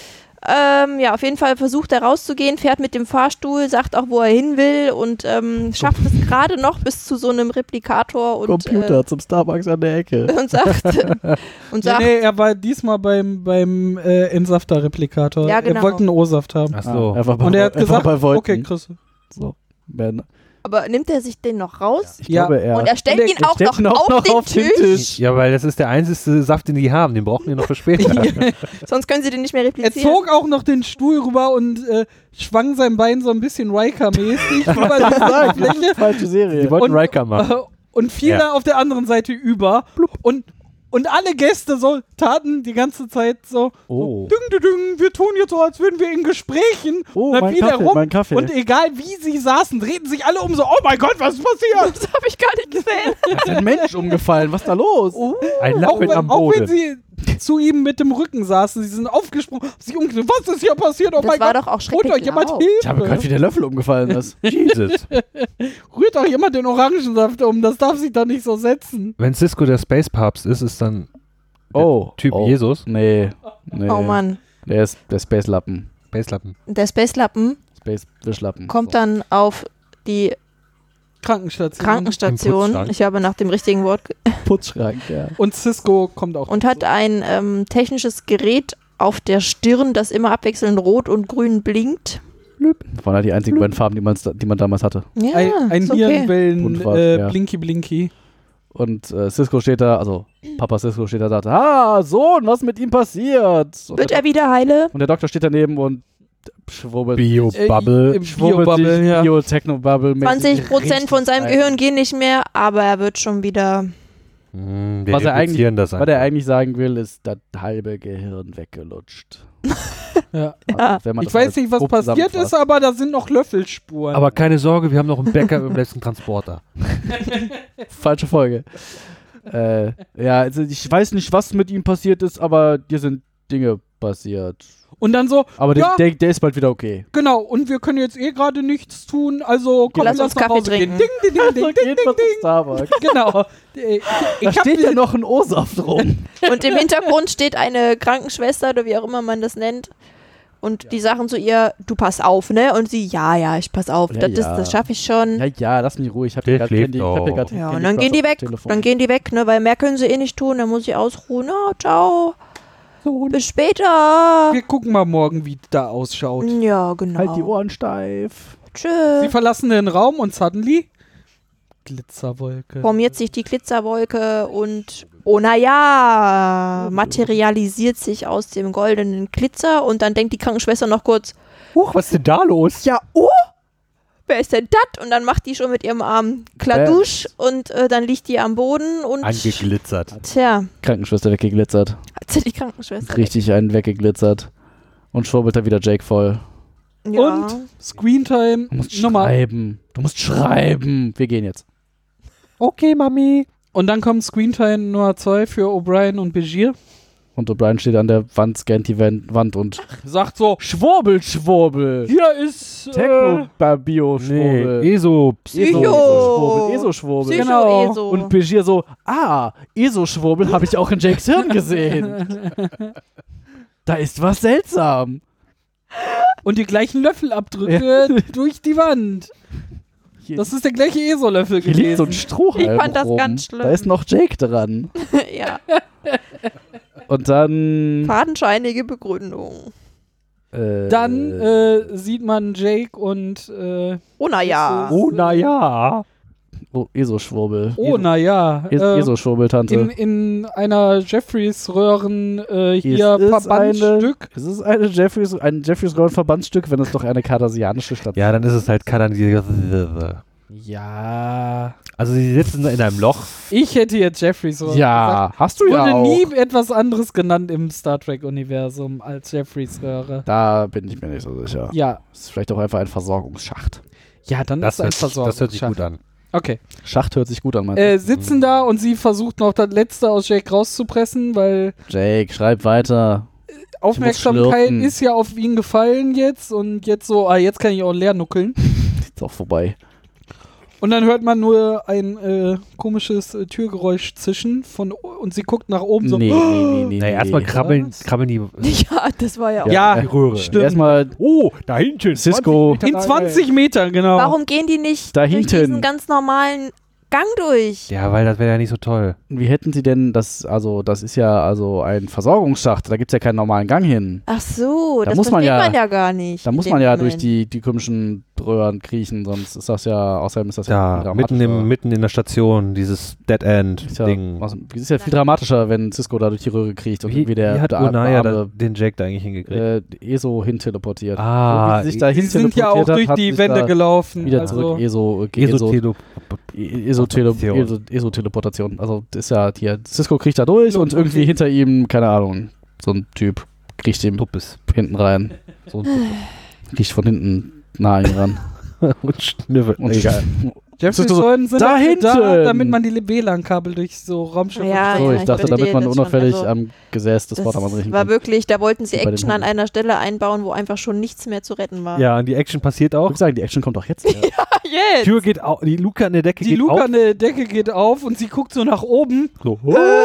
ähm, ja, auf jeden Fall versucht er rauszugehen, fährt mit dem Fahrstuhl, sagt auch, wo er hin will und ähm, schafft es gerade noch bis zu so einem Replikator und, Computer zum Starbucks an der Ecke. äh, und sagt, und sagt Nee, nee, er war diesmal beim, beim äh, Entsafter-Replikator. Ja, genau. Er wollte einen O-Saft haben. Ach so. Ah, einfach bei, Und er hat einfach gesagt, bei Wolken. okay, Chris. So. Ben- aber nimmt er sich den noch raus? Ich Ja. glaube, er. Und er stellt Und er- ihn auch stellt noch, ihn auch auf, noch den Tisch. Ja, weil das ist der einzige Saft, den die haben. Den brauchen die noch für später. Sonst können sie den nicht mehr Er replizieren. zog auch noch den Stuhl rüber und äh, schwang sein Bein so ein bisschen Riker-mäßig über die Fläche Falsche Serie. Die wollten Und- Riker machen. äh, und fiel Ja. da auf der anderen Seite über. Und, und alle Gäste so taten die ganze Zeit so, Oh. so ding, ding, ding, wir tun jetzt so, als würden wir in Gesprächen. Oh, Dann mein fiel er Kaffee, rum mein Kaffee. Und egal wie sie saßen, drehten sich alle um so, oh mein Gott, was ist passiert? Das habe ich gar nicht gesehen. Da ist ein Mensch umgefallen. Was ist da los? Ein Auch Lappen wenn, am auch wenn Boden. sie zu ihm mit dem Rücken saßen, sie sind aufgesprungen, sich umgedreht, was ist hier passiert? Oh Das mein war Gott, doch auch holt schrecklich euch jemand laut. Hilfe. Ich habe gehört, wie der Löffel umgefallen ist. Jesus. Rührt doch jemand den Orangensaft um, das darf sich doch nicht so setzen. Wenn Cisco der Space Papst ist, ist dann Oh. Typ oh. Jesus. Nee. nee. Oh Mann. Der ist der Space-Lappen. Space-Lappen. Der Space-Lappen Space-Wischlappen. kommt So. dann auf die Krankenstation. Krankenstation. Putzschrank. Ich habe nach dem richtigen Wort ge- Putzschrank, ja. Und Cisco kommt auch. und hat ein ähm, technisches Gerät auf der Stirn, das immer abwechselnd rot und grün blinkt. Das waren halt die einzigen beiden Farben, die, man's, die man damals hatte. Ja, ein ein ist okay. Hirnwellen, Buntfarbig, äh, ja. Blinky Blinky. Und äh, Cisco steht da, also Papa Cisco steht da und sagt, ah, Sohn, was mit ihm passiert? Und Wird der, er wieder heile? und der Doktor steht daneben und schwurbelt. Bio-Bubble. Äh, Im schwurbelt Bio-Bubble, sich ja. Bio-Techno-Bubble. zwanzig Prozent von seinem Gehirn gehen nicht mehr, aber er wird schon wieder. Hm, wir Was er eigentlich- replizieren das Was er eigentlich sagen will, ist, das halbe Gehirn weggelutscht. Ja. Ja. Wenn man Ich das weiß alles nicht, was grob passiert ist, zusammenfasst. aber da sind noch Löffelspuren. Aber keine Sorge, wir haben noch einen Bäcker im letzten Transporter. Falsche Folge. äh, ja, also ich weiß nicht, was mit ihm passiert ist, aber dir sind Dinge passiert. Und dann so, Aber der, Ja. der, der ist bald wieder okay. genau, und wir können jetzt eh gerade nichts tun, also komm, Lass lass uns nach Kaffee Hause gehen. trinken. Ding, ding, ding, ding, ding, Jedenfalls ding, zum Starbucks. ding. Genau. Äh, Da Ich hab steht ja mir- noch ein O-Saft rum. Und im Hintergrund steht eine Krankenschwester oder wie auch immer man das nennt. Und die sagen zu ihr, du pass auf, ne? Und sie, ja, ja, ich pass auf, Ja, das, ist- ja. das schaffe ich schon. Ja, ja, lass mich ruhig. Ich hab Der hier grad schläft Candy- ich hab hier doch. grad Ja, Candy und dann Crush gehen die auf weg, dem Telefon. dann gehen die weg, ne? Weil mehr können sie eh nicht tun, dann muss ich ausruhen. Oh, ciao. Bis später. Wir gucken mal morgen, wie da ausschaut. Ja, genau. Halt die Ohren steif. Sie Tschüss. verlassen den Raum und suddenly Glitzerwolke. Formiert sich die Glitzerwolke und, oh naja, materialisiert sich aus dem goldenen Glitzer und dann denkt die Krankenschwester noch kurz, Huch, was ist denn da los? ja, oh, wer ist denn das? Und dann macht die schon mit ihrem Arm Kladusch und äh, dann liegt die am Boden und, Angeglitzert. tja, Krankenschwester weggeglitzert. hat sie die Krankenschwester. Richtig einen weggeglitzert. Und schwurbelt da wieder Jake voll. Ja. Und Screentime Du musst Nummer. schreiben. Du musst schreiben. Wir gehen jetzt. Okay, Mami. Und dann kommt Screentime Nummer zwei für O'Brien und Begier. Und O'Brien steht an der Wand, scannt die Wan- Wand und Sagt so, Schwurbel, Schwurbel. hier ist äh, Techno-Bio-Schwurbel. Nee, ESO. Psycho. ESO-Schwurbel. ESO-Schwurbel. Psycho Genau. ESO. Und Begier so, ah, ESO-Schwurbel habe ich auch in Jakes Hirn gesehen. Da ist was seltsam. und die gleichen Löffelabdrücke durch die Wand. Hier, Das ist der gleiche ESO-Löffel hier liegt so ein gewesen. Strohhalm Ich fand das rum. ganz schlimm. Da ist noch Jake dran. ja, Und dann... fadenscheinige Begründung. Äh, Dann äh, sieht man Jake und äh, Oh naja. Oh, naja. oh, ESO-Schwurbel. oh naja, Es- äh, ESO-Schwurbeltante. in, in einer Jeffreys-Röhren äh, hier Es ist Verbandsstück. Es ist eine Jeffreys, ein Jeffreys-Verbandsstück, wenn es doch eine kardassianische Stadt Ja, dann ist es halt kanadisiert. Ja. Also sie sitzen in einem Loch. Ich hätte jetzt Jeffreys Röhren gesagt. Ja, hast du Wurde ja auch. nie etwas anderes genannt im Star Trek-Universum als Jeffreys Röhre. Da bin ich mir nicht so sicher. Ja, Das ist vielleicht auch einfach ein Versorgungsschacht. ja, dann Das ist ein hört, sich, Versorgung. das hört sich gut an. Okay. Schacht hört sich gut an, meinst Äh, sitzen da und sie versucht noch das Letzte aus Jake rauszupressen, weil du? Jake, schreib weiter. Aufmerksamkeit schlürfen. ist ja auf ihn gefallen jetzt und jetzt so, ah, jetzt kann ich auch leer nuckeln. Ist auch vorbei. Und dann hört man nur ein äh, komisches äh, Türgeräusch zischen von und sie guckt nach oben so. Nee, nee, nee, nee. Naja, erstmal nee. krabbeln, krabbeln die Ja, das war ja auch. Ja, die Röhre. stimmt. Erstmal Oh, da hinten. Cisco. zwanzig Meter In zwanzig Metern, genau. Warum gehen die nicht Da durch hinten. diesen ganz normalen Gang durch? Ja, weil das wäre ja nicht so toll. Wie hätten sie denn das, also das ist ja also ein Versorgungsschacht, da gibt es ja keinen normalen Gang hin. Ach so, Da das muss man versteht ja- man ja gar nicht. Da in muss dem man ja Moment. durch die, die komischen Röhren kriechen, sonst ist das ja, außerdem ist das Ja, viel mitten, dramatischer. im, mitten in der Station, dieses ist ja, Dead-End-Ding. was- es ist ja viel dramatischer, wenn Cisco da durch die Röhre kriecht und Wie, irgendwie der, wie hat der Unaya da, Arme, den Jake da eigentlich hingekriegt? äh, ESO hin teleportiert. Ah, so, wie sie sich da Sie hin sind ja auch teleportiert hat, durch hat die sich Wände da gelaufen. wieder also, zurück ESO, äh, ESO, Esotelo. ESO, Tele, ESO, ESO Teleportation. Also das ist ja hier, Cisco kriecht da durch und irgendwie hinter ihm, keine Ahnung, so ein Typ kriecht ihm Tuppes. hinten rein. So ein Kriecht von hinten nah an ihn ran. und Schnüffel. Und egal. Jeffrey So, so, Solden sind da dafür da, hinten! damit man die W L A N-Kabel durch so Raumschiffe Ja, steckt. So, ja, ich ich dachte, verstehe damit man das schon. unauffällig Also, am Gesäß des Das Vordermanns riechen war kann. wirklich, da wollten sie Wie bei den Action an Hunden. einer Stelle einbauen, wo einfach schon nichts mehr zu retten war. Ja, und die Action passiert Ich auch. würde sagen, die Action kommt doch jetzt. Die Jetzt! Tür geht auf, die Luke an der Decke Die geht Luke auf. an der Decke geht auf und sie guckt so nach oben So.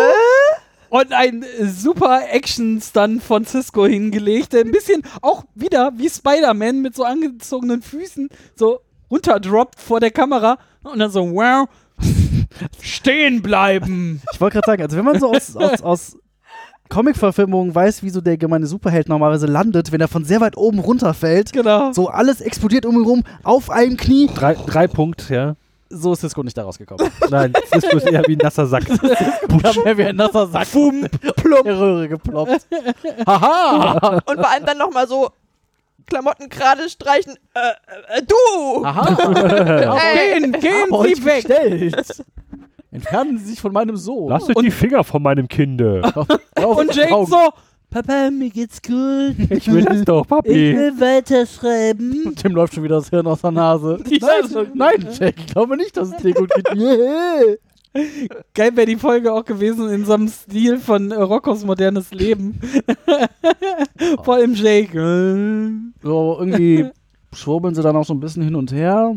und ein äh, super Action-Stunt von Cisco hingelegt, der ein bisschen auch wieder wie Spider-Man mit so angezogenen Füßen so runterdroppt vor der Kamera und dann so, wow, stehen bleiben. Ich wollte gerade sagen, also wenn man so aus, aus, aus Comic-Verfilmungen weiß, wie so der gemeine Superheld normalerweise landet, wenn er von sehr weit oben runterfällt, Genau. so alles explodiert um ihn rum, auf einem Knie, Drei, drei Punkt, ja. so ist Cisco nicht da rausgekommen. Nein, das ist eher wie ein nasser Sack. Da wäre wie ein nasser Sack Bum, plump. Der Röhre geploppt. Haha! Und vor allem dann nochmal so Klamotten gerade streichen. Äh, äh, du! Aha! Ey. Gehen, gehen Hab euch Sie weg. bestellt. Entfernen Sie sich von meinem Sohn. Lasst die Finger von meinem Kinde. Auf Und die Jake Augen. so, Papa, mir geht's gut. Ich will das doch, Papi. weiterschreiben. Und dem läuft schon wieder das Hirn aus der Nase. Ja, so- Nein, nein, Jack, ich glaube nicht, dass es dir gut geht. Yeah. Geil wäre die Folge auch gewesen in so einem Stil von äh, Roccos modernes Leben. Vor allem Jake. Äh. So, irgendwie schwurbeln sie dann auch so ein bisschen hin und her.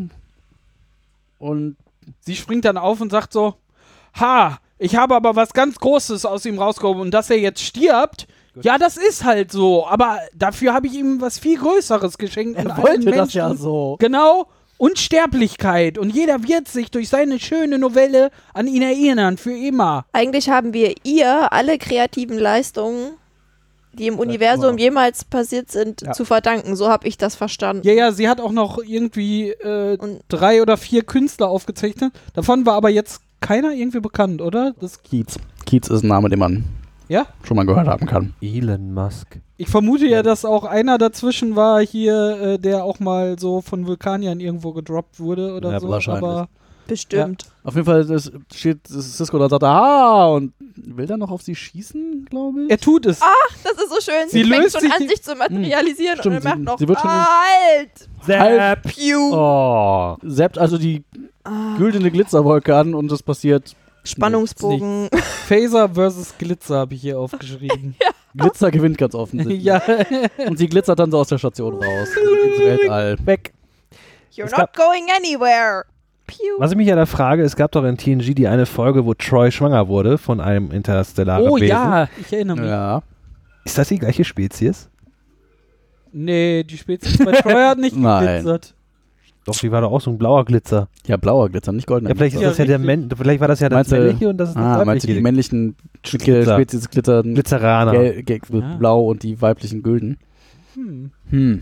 Und Sie springt dann auf und sagt so, ha, ich habe aber was ganz Großes aus ihm rausgehoben und dass er jetzt stirbt, ja, das ist halt so, aber dafür habe ich ihm was viel Größeres geschenkt. und er allen wollte das Menschen- ja so. Genau, Unsterblichkeit und jeder wird sich durch seine schöne Novelle an ihn erinnern, für immer. Eigentlich haben wir ihr alle kreativen Leistungen, die im Universum immer. jemals passiert sind, Ja. zu verdanken. So habe ich das verstanden. Ja, ja, sie hat auch noch irgendwie äh, Und- drei oder vier Künstler aufgezeichnet. Davon war aber jetzt keiner irgendwie bekannt, oder? Das, Kiez. Kiez ist ein Name, den man ja? schon mal gehört haben kann. Elon Musk. Ich vermute ja, dass auch einer dazwischen war hier, äh, der auch mal so von Vulkaniern irgendwo gedroppt wurde oder Ja, so. wahrscheinlich. Aber Bestimmt. Auf jeden Fall das steht Cisco da und sagt, aha, und will dann noch auf sie schießen, glaube ich. er tut es. Das ist so schön. Sie Sie, fängt löst schon sich an, die- sich zu materialisieren Stimmt, und er sie- macht noch sie wird schon- halt! Zap. Pew! Oh. Seppt also die Ah, güldene Glitzerwolke an und es passiert Spannungsbogen. Phaser versus Glitzer habe ich hier aufgeschrieben. Glitzer gewinnt ganz offensichtlich. ja. Und sie glitzert dann so aus der Station raus. Ins Weltall. Weg. You're Es not gab- going anywhere. Pew! Was ich mich ja da frage, es gab doch in T N G die eine Folge, wo Troy schwanger wurde von einem interstellaren Oh Wesen. ja, ich erinnere mich. Ja. Ist das die gleiche Spezies? Nee, die Spezies bei Troy hat nicht Nein. geglitzert. Doch, die war doch auch so ein blauer Glitzer. Ja, blauer Glitzer, nicht goldener Ja, vielleicht ist Ja, das ja der richtig. Men vielleicht war das ja das Meinst du- männliche und das ist das Ah, meinst du die weibliche. männlichen Sch- Glitzer. Spezies glittern Glitzeraner. gel- gel- Ah. blau und die weiblichen gülden? Hm. Hm.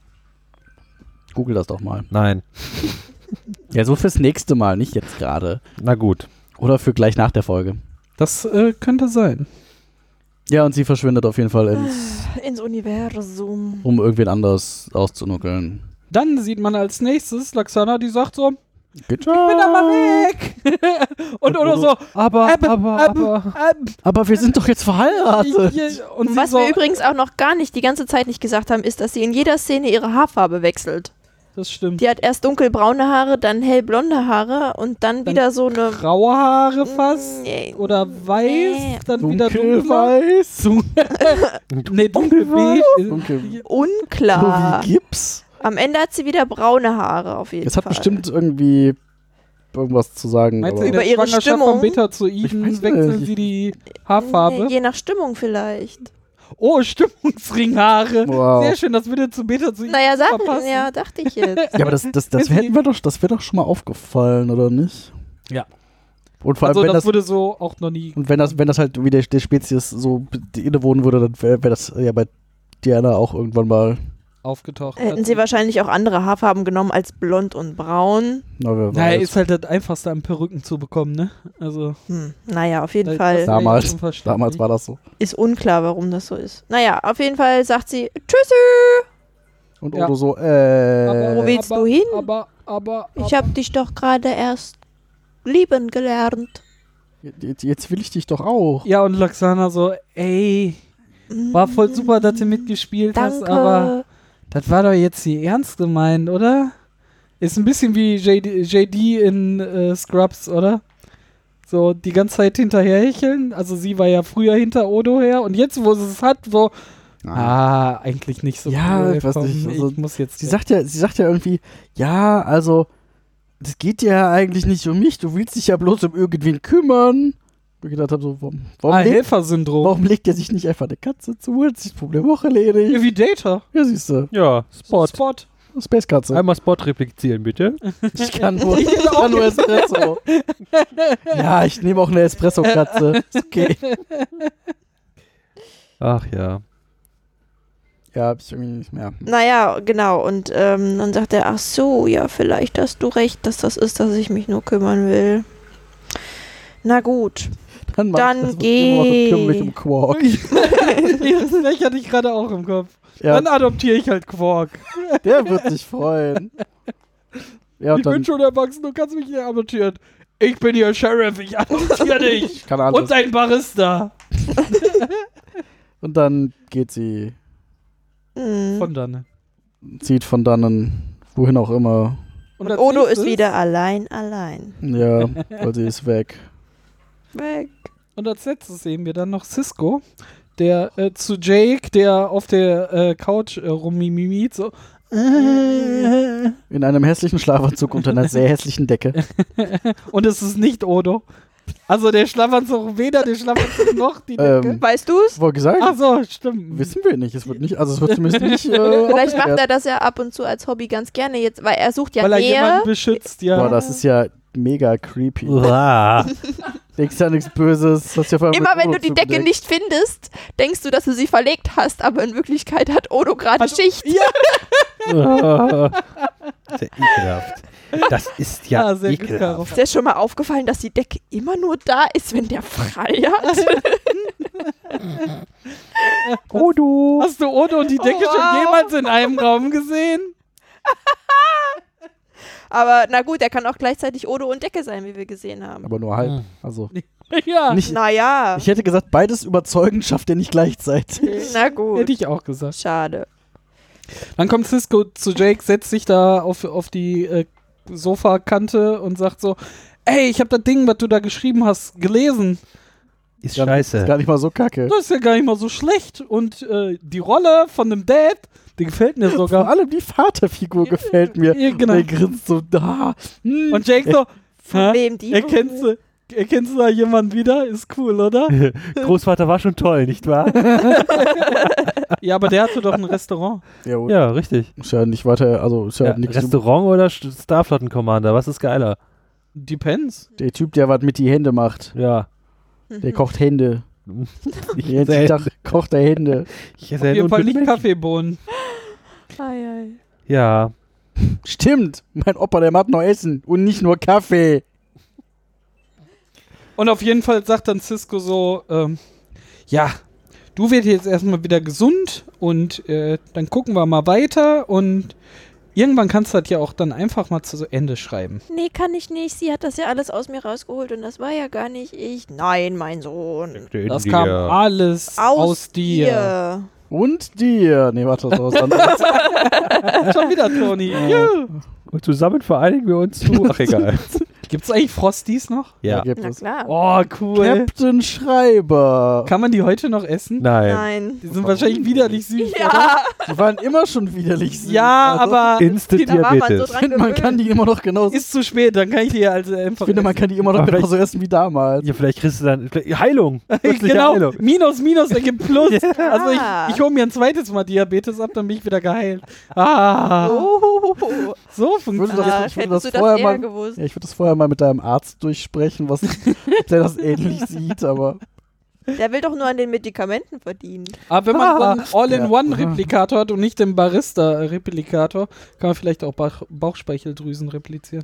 Google das doch mal. Nein. Ja, so fürs nächste Mal, nicht jetzt gerade. Na gut. Oder für gleich nach der Folge. Das äh, könnte sein. Ja, und sie verschwindet auf jeden Fall ins, Ins Universum. um irgendwen anders auszunuckeln. Dann sieht man als nächstes Laxana, die sagt so, Geht ich bin aber weg. und oder so, Aber, Ab- aber, ab- aber. ab- Aber wir sind doch jetzt verheiratet. ich- und Und sie was so, wir übrigens auch noch gar nicht die ganze Zeit nicht gesagt haben, ist, dass sie in jeder Szene ihre Haarfarbe wechselt. das stimmt. Die hat erst dunkelbraune Haare, dann hellblonde Haare und dann, Dann wieder so eine... Graue Haare fast Nee. oder weiß, Nee. dann wieder dunkel. Dunkelweiß. Nee, dunkelbeige. Dunkel. So Unklar. wie Gips. Am Ende hat sie wieder braune Haare auf jeden Es hat Fall. bestimmt irgendwie irgendwas zu sagen. Meinst du, Aber in der Über ihre Schwangerschaft Stimmung? von Betazoiden Ich weiß wechseln nicht. sie die Haarfarbe? Nee, je nach Stimmung vielleicht. Oh, Stimmungsringhaare. Wow. Sehr schön, das würde zu Betazoiden Naja, sag, verpassen. ja, dachte ich jetzt. ja, aber das, das, das hätten wir doch, das wäre doch schon mal aufgefallen, oder nicht? Ja. Und vor allem, Also wenn das, das, wurde so auch noch nie. und wenn das, wenn das halt wie der, der Spezies so innewohnen würde, dann wäre wär das ja bei Diana auch irgendwann mal. aufgetaucht. Hätten sie wahrscheinlich auch andere Haarfarben genommen als blond und braun. Na, wer Naja, weiß. ist halt das Einfachste an Perücken zu bekommen, ne? Also. Hm, naja, auf jeden das- Fall das wär Damals- ja unverständlich. Damals war das so. ist unklar, warum das so ist. Naja, auf jeden Fall sagt sie Tschüssi, Und Ja. Odo so, äh. Aber- wo willst aber- du hin? Aber, aber, aber. Ich hab dich doch gerade erst lieben gelernt. jetzt, jetzt will ich dich doch auch. Ja, und Laxana so, ey, war voll super, dass du mitgespielt hast, Danke. aber das war doch jetzt hier ernst gemeint, oder? Ist ein bisschen wie J D, J D in äh, Scrubs, oder? So die ganze Zeit hinterher hecheln. Also sie war ja früher hinter Odo her und jetzt, wo sie es hat, so, ah, eigentlich nicht so Ja, cool. ich weiß Komm, nicht, also ich muss jetzt. Sie sagt ja, sie sagt ja irgendwie, ja, also, das geht ja eigentlich nicht um mich, du willst dich ja bloß um irgendwen kümmern. Wo ich gedacht habe, so, warum, warum, ah, legt, Helfersyndrom. warum legt er sich nicht einfach eine Katze zu? Hat sich das Problem auch erledigt. Wie Data. Ja, siehst du, Ja, Spot. Spot. Space-Katze. Einmal Spot replizieren, bitte. Ich kann nur, ich kann nur Espresso. Ja, ich nehme auch eine Espresso-Katze. Ist okay. Ach ja. Ja, hab ich irgendwie nicht mehr. Naja, genau. Und ähm, dann sagt er, ach so, ja, vielleicht hast du recht, dass das ist, dass ich mich nur kümmern will. Na gut. Dann, mach Dann ich das, geh. Ich kümmere mich um Quark. Das Blech hatte ich gerade auch im Kopf. Ja, Dann adoptiere ich halt Quark. der wird sich freuen. Ja, und Ich bin dann schon erwachsen, du kannst mich hier adoptieren. Ich bin hier Sheriff, ich adoptiere dich. kann alles. Und ein Barista. Und dann geht sie, Mhm. Von dann. zieht von dannen, wohin auch immer. Und Odo ist wieder allein, allein. Ja, weil sie ist weg. Weg. Und als letztes sehen wir dann noch Cisco, der äh, zu Jake, der auf der äh, Couch äh, rummimimiert, so. Äh, In einem hässlichen Schlafanzug unter einer sehr hässlichen Decke. und es ist nicht Odo. Also der Schlafanzug, weder der Schlafanzug noch die Decke. Ähm, Weißt du's? Wurde gesagt? Ach so, stimmt. Wissen wir nicht. Es wird nicht, also es wird zumindest nicht. Äh, Vielleicht macht aufgeklärt. er das ja ab und zu als Hobby ganz gerne jetzt, weil er sucht ja Weil er Nähe. jemanden beschützt, ja. Boah, das ist ja mega creepy. Uah. Denkst ja nichts Böses. Hast ja vorher Immer mit wenn Udo du die Decke zugedeckt. nicht findest, denkst du, dass du sie verlegt hast, aber in Wirklichkeit hat Odo gerade Also- Schicht. Ja, Sehr ekelhaft. Das ist ja Ah, sehr gut, Caro. ekelhaft. Ist dir schon mal aufgefallen, dass die Decke immer nur da ist, wenn der frei hat? Odo! Hast du Odo und die Decke Oh, wow. schon jemals in einem Raum gesehen? Aber na gut, er kann auch gleichzeitig Odo und Decke sein, wie wir gesehen haben. Aber nur halb. Hm. Also. Ja, Nicht, Naja, ich hätte gesagt, beides überzeugend schafft er nicht gleichzeitig. na gut. hätte ich auch gesagt. Schade. Dann kommt Cisco zu Jake, setzt sich da auf, auf die äh, Sofakante und sagt so, ey, ich habe das Ding, was du da geschrieben hast, gelesen. Ist Gar- Ist scheiße. gar nicht mal so kacke. Das ist ja gar nicht mal so schlecht. Und äh, die Rolle von dem Dad, die gefällt mir Vor sogar. allem die Vaterfigur gefällt mir. Ja, genau. Der grinst so da. Hm. Und Jake so, Von hä? wem die? Erkennst du, erkennst du da jemanden wieder? Ist cool, oder? Großvater war schon toll, nicht wahr? Ja, aber der hatte doch ein Restaurant. Ja, gut. Ja, richtig. Ist ja nicht weiter, also ist ja, Ja, nichts. Restaurant oder St- Starflotten-Commander, was ist geiler? Depends. Der Typ, der was mit die Hände macht. Ja. Der kocht Hände. Ich Den ganzen esse, Tag kocht er Hände. ich esse Auf einen jeden Fall nicht unglücklichen- Kaffeebohnen. Ei, ei. Ja. Stimmt. Mein Opa, der macht noch Essen und nicht nur Kaffee. Und auf jeden Fall sagt dann Cisco so, ähm, ja, du wirst jetzt erstmal wieder gesund und äh, dann gucken wir mal weiter und irgendwann kannst du das ja auch dann einfach mal zu Ende schreiben. Nee, kann ich nicht. Sie hat das ja alles aus mir rausgeholt und das war ja gar nicht ich. Nein, mein Sohn. Das kam alles aus, Aus dir. dir. Und dir. Nee, warte, das war was anderes. Schon wieder, Toni. Ja. Und zusammen vereinigen wir uns zu. Ach, egal. Gibt's eigentlich Frosties noch? Ja. gibt Na es. klar. Oh, cool. Captain Schreiber. Kann man die heute noch essen? Nein. Nein. Die sind wahrscheinlich widerlich süß, oder? Ja, Die waren immer schon widerlich süß. Ja, Also, aber Instant da war man so Diabetes. Ich dran finde, man gewöhnt. kann die immer noch genauso. ist zu spät, dann kann ich die also einfach Ich finde, man kann die immer noch Aber genauso essen wie damals. Ja, vielleicht kriegst du dann vielleicht- Heilung. Plötzliche genau, Heilung. Minus, Minus ergibt Plus. Also Ah. ich, ich hole mir ein zweites Mal Diabetes ab, dann bin ich wieder geheilt. Ah, Oh. so würde funktioniert das- Ah, ich würde hättest das du das vorher eher mal- gewusst. Ja, ich würde das vorher mal mit deinem Arzt durchsprechen, was ob der das ähnlich sieht, aber Der will doch nur an den Medikamenten verdienen. Aber wenn man so einen All-in-One-Replikator hat und nicht den Barista-Replikator, kann man vielleicht auch Bauch Bauchspeicheldrüsen replizieren.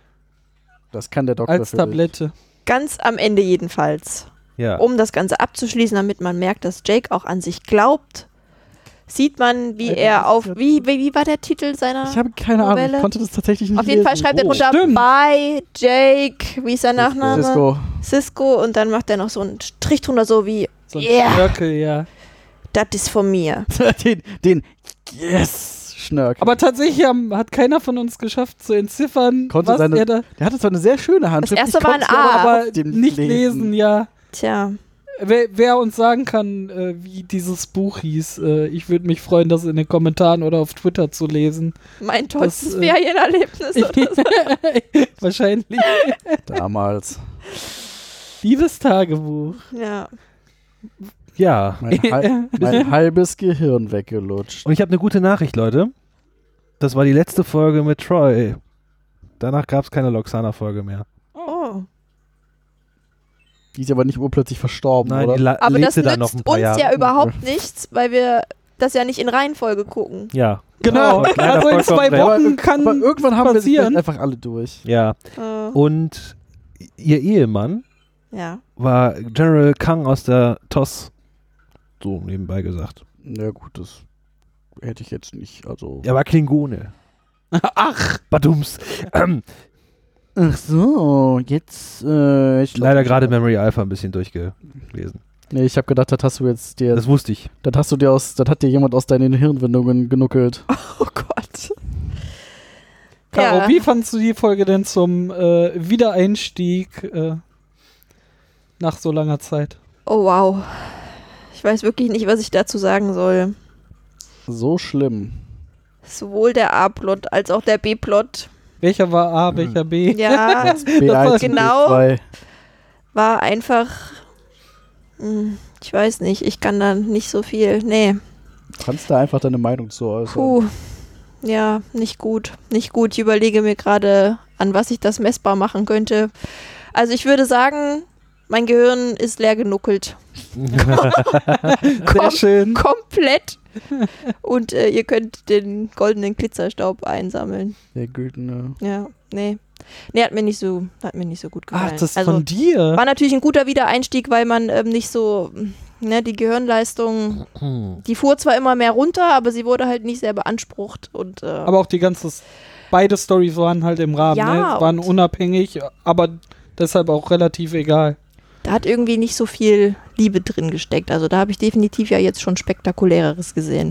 das kann der Doktor Als für dich. Tablette. Ganz am Ende jedenfalls. Ja. Um das Ganze abzuschließen, damit man merkt, dass Jake auch an sich glaubt, sieht man, wie Alter, er das auf. ist ja- Wie, wie, wie war der Titel seiner? Ich habe keine Ahnung, Novelle? ich konnte das tatsächlich nicht Auf jeden Fall lesen. schreibt er Oh. drunter Stimmt. bei Jake, wie ist sein Nachname? Cisco. Cisco, und dann macht er noch so einen Strich drunter, so wie, So ein Yeah. Schnörkel, ja. das ist von mir. den, den Yes Schnörk. Aber tatsächlich haben, hat keiner von uns geschafft zu entziffern, Konnte was seine- er da Der hatte zwar eine sehr schöne Handschrift. Das erste ich war ein konnte sie A. aber aber trotzdem nicht lesen, ja. Tja, Wer, wer uns sagen kann, äh, wie dieses Buch hieß, äh, ich würde mich freuen, das in den Kommentaren oder auf Twitter zu lesen. mein tollstes äh, Ferienerlebnis oder so. Wahrscheinlich. Damals. Liebes Tagebuch. Ja. Ja. Mein, hal mein halbes Gehirn weggelutscht. Und ich habe eine gute Nachricht, Leute. Das war die letzte Folge mit Troy. Danach gab es keine Loxana-Folge mehr. Oh. Die ist aber nicht urplötzlich verstorben, Nein, oder? die la- Aber das lebte dann noch nützt ein paar uns Jahre. ja überhaupt nichts, weil wir das ja nicht in Reihenfolge gucken. Ja. Genau, Ja, kleiner also in zwei vollkommen Wochen recht. kann aber irgendwann haben wir sie passieren. einfach alle durch. Ja. Äh, Und ihr Ehemann ja. war General Kang aus der T O S. So nebenbei gesagt. Na gut, das hätte ich jetzt nicht, also... Er war Klingone. Ach, Badums. Ähm, Ach so, jetzt... Äh, ich glaub- leider gerade Memory Alpha ein bisschen durchgelesen. Nee, ich habe gedacht, das hast du jetzt dir... Das wusste ich. Das hast du dir aus... Das hat dir jemand aus deinen Hirnwindungen genuckelt. Oh Gott. Caro, Ja. wie fandst du die Folge denn zum äh, Wiedereinstieg äh, nach so langer Zeit? Oh wow. Ich weiß wirklich nicht, was ich dazu sagen soll. So schlimm. Sowohl der A-Plot als auch der B-Plot. Welcher war A, welcher B? Ja, B eins und genau. B zwei. war einfach. hm, Ich weiß nicht, ich kann da nicht so viel. Nee. Du kannst da einfach deine Meinung zu äußern. Puh. Ja, nicht gut. Nicht gut. Ich überlege mir gerade, an was ich das messbar machen könnte. Also ich würde sagen, mein Gehirn ist leer genuckelt. Sehr schön. Komplett. Und äh, ihr könnt den goldenen Glitzerstaub einsammeln. Der güldene... Ja, nee. Nee, hat mir nicht so, hat mir nicht so gut gefallen. Ach, das ist also, von dir. war natürlich ein guter Wiedereinstieg, weil man ähm, nicht so, ne, die Gehirnleistung, die fuhr zwar immer mehr runter, aber sie wurde halt nicht sehr beansprucht. Und, äh, Aber auch die ganze, beide Storys waren halt im Rahmen, Ja, ne? Waren und- unabhängig, aber deshalb auch relativ egal. da hat irgendwie nicht so viel Liebe drin gesteckt. Also da habe ich definitiv ja jetzt schon Spektakuläreres gesehen.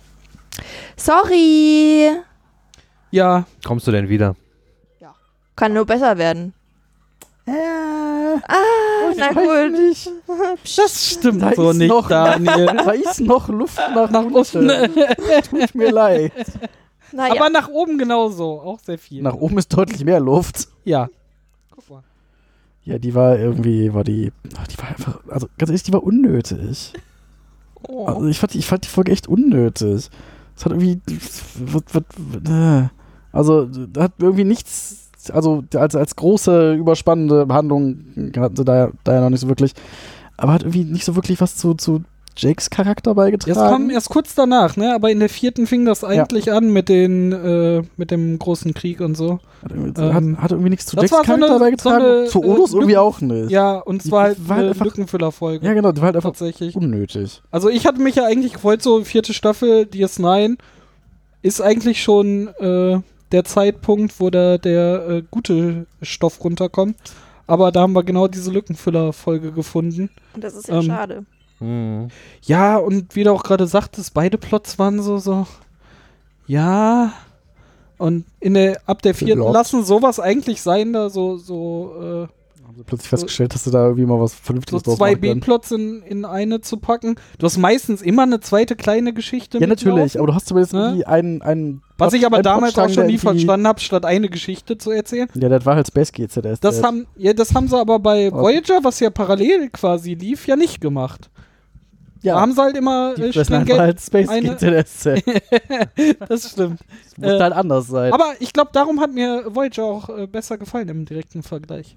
Sorry! Ja, Kommst du denn wieder? Kann nur besser werden. Äh, Ah, na gut. nicht. das stimmt Da so ist nicht, noch- Daniel. Da ist noch Luft nach, Nach unten. Tut mir leid. Naja. Aber nach oben genauso, auch sehr viel. Nach oben ist deutlich mehr Luft. Ja. Guck mal. Ja, die war irgendwie, war die, ach, die war einfach, also ganz ehrlich, die war unnötig. Oh. Also ich fand, ich fand die Folge echt unnötig. Es hat irgendwie, was, was, äh. also da hat irgendwie nichts, also als, als große, überspannende Handlung hatte da, ja- da ja noch nicht so wirklich, aber hat irgendwie nicht so wirklich was zu, zu Jakes Charakter beigetragen. Das kam erst kurz danach, ne? Aber in der vierten fing das eigentlich an mit den, äh, mit dem großen Krieg und so. Hat irgendwie, ähm, hat, hat irgendwie nichts zu das Jakes war so Charakter eine- beigetragen. so eine, zu äh, Odos irgendwie Lücken- auch nicht. Ja, und Die zwar halt war halt eine einfach- Lückenfüllerfolge. Ja, genau, die war halt einfach Tatsächlich. unnötig. Also ich hatte mich ja eigentlich gefreut, so vierte Staffel, D S neun ist eigentlich schon äh, der Zeitpunkt, wo da der äh, gute Stoff runterkommt. Aber da haben wir genau diese Lückenfüller-Folge gefunden. Und das ist ja ähm, schade. Hm. Ja, und wie du auch gerade sagtest, beide Plots waren so, so, ja, Und in der, ab der vierten Lord. lassen sowas eigentlich sein, da so, so, äh, Haben sie plötzlich festgestellt, dass sie da irgendwie mal was so Vernünftiges draus zwei machen können. B-Plots in, in eine zu packen. Du hast meistens immer eine zweite kleine Geschichte Ja, natürlich, mitlaufen. aber du hast zumindest Ne? irgendwie einen, einen Was ich aber einen damals auch Plotstrang, schon der nie irgendwie- verstanden habe, statt eine Geschichte zu erzählen. Ja, das war halt Space G Z S. Das haben, ja, das haben sie aber bei Aber- Voyager, was ja parallel quasi lief, ja nicht gemacht. ja, Da haben sie halt immer die äh, fressen einfach stringent- halt Space eine- G Z S. Das Das stimmt. muss Äh, halt anders sein. Aber ich glaube, darum hat mir Voyager auch äh, besser gefallen im direkten Vergleich.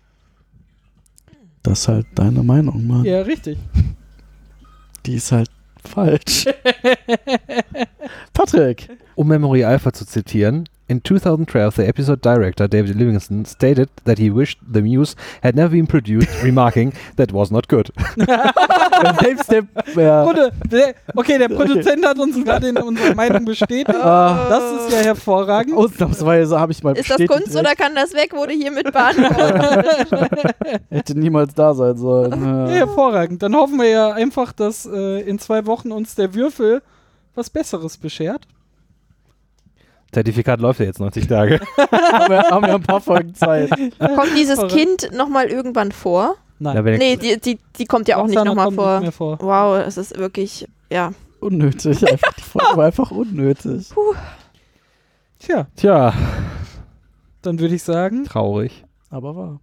Das ist halt deine Meinung, Mann. Ja, richtig. Die ist halt falsch. Patrick. Um Memory Alpha zu zitieren, in twenty twelve, the episode director David Livingston stated that he wished the Muse had never been produced, remarking, that was not good. Selbst der, ja, Produ der, okay, der Produzent hat uns gerade in unserer Meinung bestätigt. Ah. Das ist ja hervorragend. ausnahmsweise habe ich mal Ist das bestätigt, Kunst oder kann das weg? Wurde hiermit beantwortet. hätte niemals da sein sollen. Ja, Ja. hervorragend. Dann hoffen wir ja einfach, dass äh, in zwei Wochen uns der Würfel was Besseres beschert. Zertifikat läuft ja jetzt neunzig Tage. haben, wir, haben wir ein paar Folgen Zeit. Kommt dieses Verrückt. Kind nochmal irgendwann vor? Nein. Ja, wenn Nee, die, die, die kommt ja auch nicht Roxana nochmal kommt vor. Nicht mehr vor. Wow, es ist wirklich, ja. Unnötig. Einfach, die Folge war einfach unnötig. Tja, Tja, dann würde ich sagen, traurig. Aber wahr.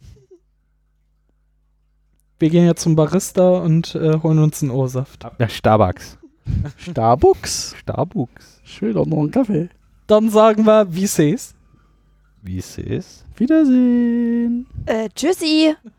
wir gehen jetzt zum Barista und äh, holen uns einen O-Saft. Ja, Starbucks. Starbucks. Starbucks. Ich will doch noch einen Kaffee. Dann sagen wir, wie seh's? Wie es ist. Wiedersehen. Äh, tschüssi.